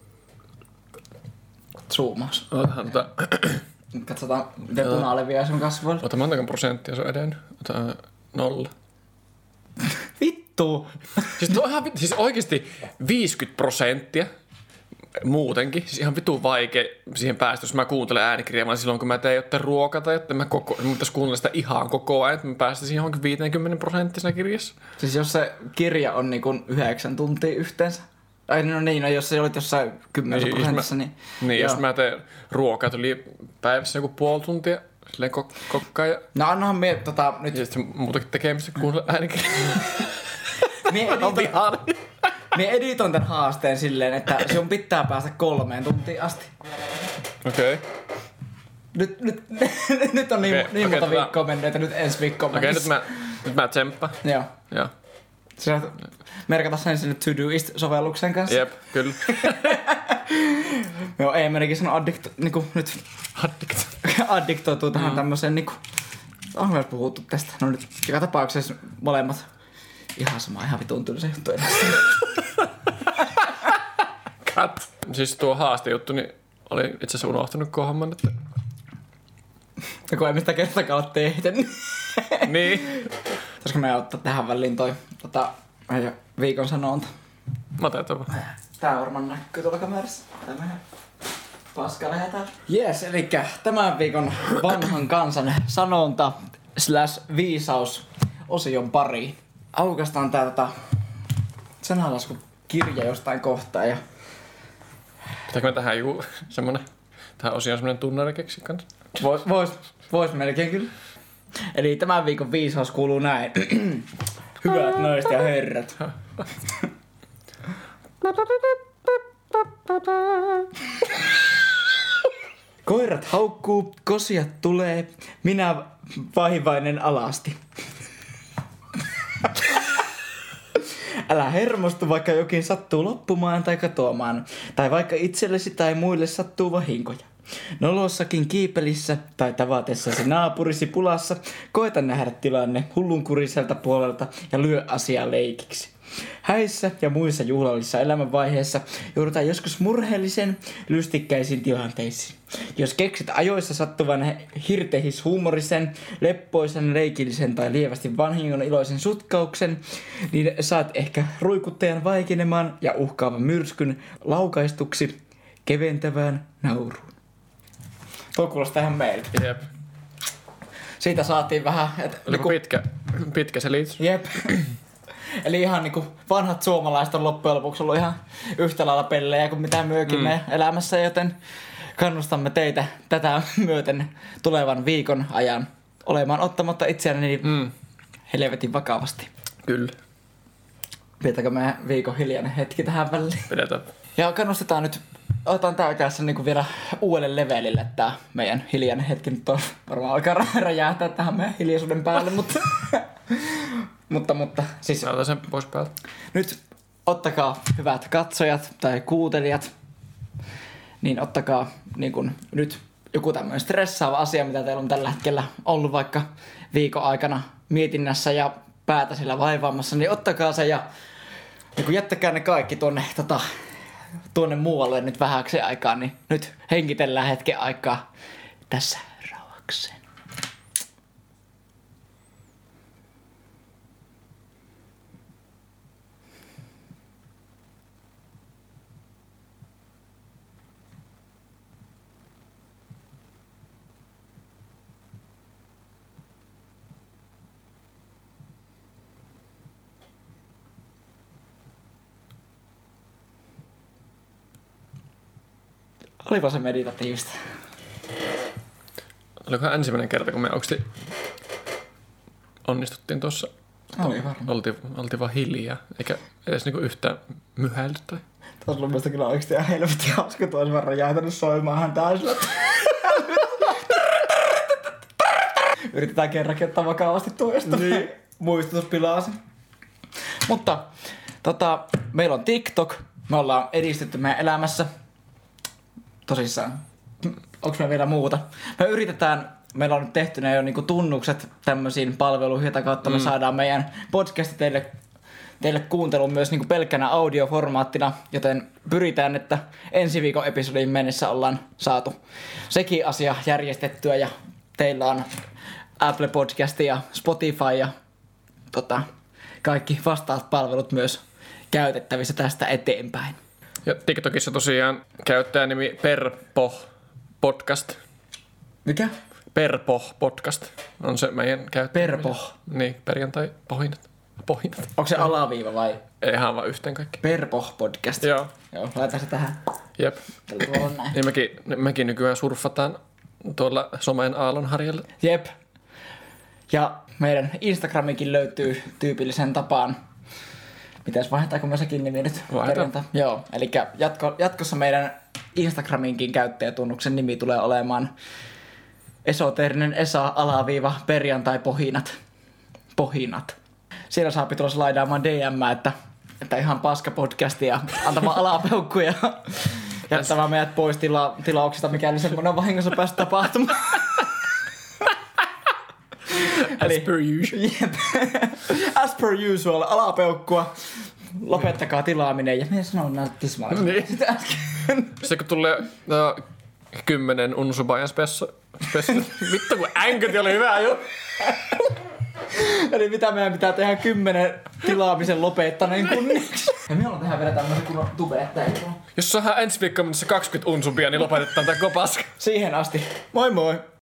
Zoomaus. Otahan tota... Katsotaan, miten puna leviää sun kasvoilla. Ota montako prosenttia se on edennyt? Ota nolla. Vittu! Siis, tuo on ihan, vit- siis oikeesti viisikymmentä prosenttia muutenkin. Siis ihan vitun vaikea siihen päästä, jos mä kuuntelen äänikirjaa, vaan silloin kun mä teen jotain ruokaa tai jotain, mä, koko, mä pitäis kuunnella sitä ihan koko ajan, että mä päästäisin johonkin viisikymmentä prosenttia siinä kirjassa. Siis jos se kirja on niinku yhdeksän tuntia yhteensä. Ai no niin, no jos se olit jossain kymmenessä Niin, jos prosentissa, mä- niin... Niin, joo. jos mä teen ruokaa, tuli päivässä joku puoli tuntia, silleen kok- kokkaa ja, No annahan mie tota nyt... ja sitten muutakin tekemistä kuunnella äänikirjaa. Mie editoin, mie editoin tän haasteen silleen, että sun pitää päästä kolmeen tuntiin asti. Okei. Okay. Nyt, nyt, nyt on niin, Okei, niin okei, monta tota- viikkoa mennyt, että nyt ensi viikko on Okei, okay, nyt mennessä. mä, nyt mä tsemppaan. Joo. Joo. Sä merkata sen sinne Todoist-sovelluksen kanssa. Jep, kyllä. Joo, ei menikin sanoo addikto, niinku nyt Addict. addiktoituu tähän mm. tämmöiseen niinku... On myös puhuttu tästä. No nyt joka tapauksessa molemmat ihan sama, ihan vitun tylsä juttu edessä. Cut. Siis tuo haastejuttu, niin oli itse asiassa unohtunut kohomman, että... Ja kun ei mistä kertakaan ole tehty. Niin. Pitäisikö meidän ottaa tähän väliin toi tota, meidän viikon sanonta? Mä otetaan vaan. Tää varmaan näkyy tuolla kamerassa. Tää meidän paska lähetään. Jes, eli tämän viikon vanhan kansan sanonta slash viisaus osion pariin. Aukastaan tää tota sananlasku kirja jostain kohtaa ja Pitääkö me tähän joku semmonen... Tähän osioon semmonen tunnari keksi kanssa? vois, vois, vois melkein kyllä. Eli tämän viikon viisaus kuuluu näin. Hyvät naiset ja herrat. Koirat haukkuu, kosijat tulee, minä vaivainen alasti. Älä hermostu, vaikka jokin sattuu loppumaan tai katoamaan, tai vaikka itsellesi tai muille sattuu vahinkoja. Nolossakin kiipelissä tai tavatessasi naapurisi pulassa, koeta nähdä tilanne hullunkuriselta puolelta ja lyö asiaa leikiksi. Häissä ja muissa juhlallisissa elämänvaiheissa joudutaan joskus murheellisen lystikkäisiin tilanteisiin. Jos keksit ajoissa sattuvan hirtehis huumorisen, leppoisen, leikillisen tai lievästi vanhingon iloisen sutkauksen, niin saat ehkä ruikuttajan vaikenemaan ja uhkaavan myrskyn laukaistuksi keventävään nauruun. Tuo kuulostaa ihan meiltä. Jep. Siitä saatiin vähän... Et, Oliko pitkä, pitkä selitys? Jep. Eli ihan niinku vanhat suomalaiset on loppujen lopuksi ollut ihan yhtä lailla pellejä kuin mitä myökin mm. elämässä, joten kannustamme teitä tätä myöten tulevan viikon ajan olemaan ottamatta itseäni Mm. helvetin vakavasti. Kyllä. Pidetäänkö meidän viikon hiljainen hetki tähän väliin? Pidetään. Ja kannustetaan nyt, otetaan tää oikeassa niinku vielä uudelle levelille tää meidän hiljainen hetki. Nyt on varmaan alkaa räjähtää tähän meidän hiljaisuuden päälle, mutta... Mutta, mutta siis Mä otan sen pois päältä. nyt ottakaa hyvät katsojat tai kuuntelijat, niin ottakaa niin kun, nyt joku tämmöinen stressaava asia, mitä teillä on tällä hetkellä ollut vaikka viikon aikana mietinnässä ja päätä sillä vaivaamassa, niin ottakaa se ja niin kun jättäkää ne kaikki tuonne, tota, tuonne muualle nyt vähäksi aikaa, niin nyt henkitellään hetken aikaa tässä rauhakseen. Olipa se meditatiivista. Olikohan ensimmäinen kerta, kun me oikeasti onnistuttiin tuossa. Oli varmaan. Oltiin, oltiin vaan hiljaa, eikä edes niinku yhtään myhäilty tai... Tuossa on mielestäni kyllä oikeesti ihan helvetti hauska, tuossa vaan räjähtänyt soimaahan täysillä. Yritetään kerrankin ottaa vakavasti tuosta. Niin. Muistutus pilaa sen. Mutta tota, meillä on TikTok. Me ollaan edistetty meidän elämässä. Tosissaan. Onko meillä vielä muuta? Me yritetään, meillä on nyt tehty ne jo niinku tunnukset tämmöisiin palveluihin, jota kautta me mm. saadaan meidän podcasti teille, teille kuunteluun myös niinku pelkkänä audioformaattina, joten pyritään, että ensi viikon episodiin mennessä ollaan saatu sekin asia järjestettyä ja teillä on Apple Podcast ja Spotify ja tota, kaikki vastaavat palvelut myös käytettävissä tästä eteenpäin. Ja TikTokissa tosiaan käyttäjänimi Perpo Podcast. Mikä? Perpo Podcast on se meidän käyttäjänimi. Perpo. Niin, perjantai pohinat. Pohinat. Onko se alaviiva vai? Ei ihan vaan yhteen kaikki. Perpo Podcast. Joo. Joo, laitetaan se tähän. Jep. Tuolla näin. Niin mekin, mekin nykyään surffataan tuolla somen aallonharjalla. Jep. Ja meidän Instagramikin löytyy tyypillisen tapaan. Mitäs vaihdetaanko me sekin nimi nyt? Vaihdetaan. Joo, eli jatko, jatkossa meidän Instagraminkin käyttäjätunnuksen nimi tulee olemaan esoteerinen Esa alaviiva perjantai pohinat. Pohinat. Siellä saa tulla slaidaamaan D M, että, että ihan paska podcasti ja antamaan alapeukkuja. Jättämään meidät pois tila, tilauksista, mikäli semmoinen on vahingossa päässyt tapahtumaan. As Eli, per usual. Jep. As per usual, alapeukkua. Lopettakaa tilaaminen. Ja minä sanon näitä tismalle. Niin. Sitten kun tulee no, kymmenen unsubajan spessa. spessa. Vittu kun änköti oli hyvä jo. Eli mitä meidän pitää tehdä kymmenen tilaamisen lopettaneen kunniaksi. Ja me ollaan tehdä vielä tämmöisen kunnon tubettajan. Jos saadaan ensi viikkoon mennessä kaksikymmentä unsubia, niin lopetetaan tää kopaska. Siihen asti. Moi moi.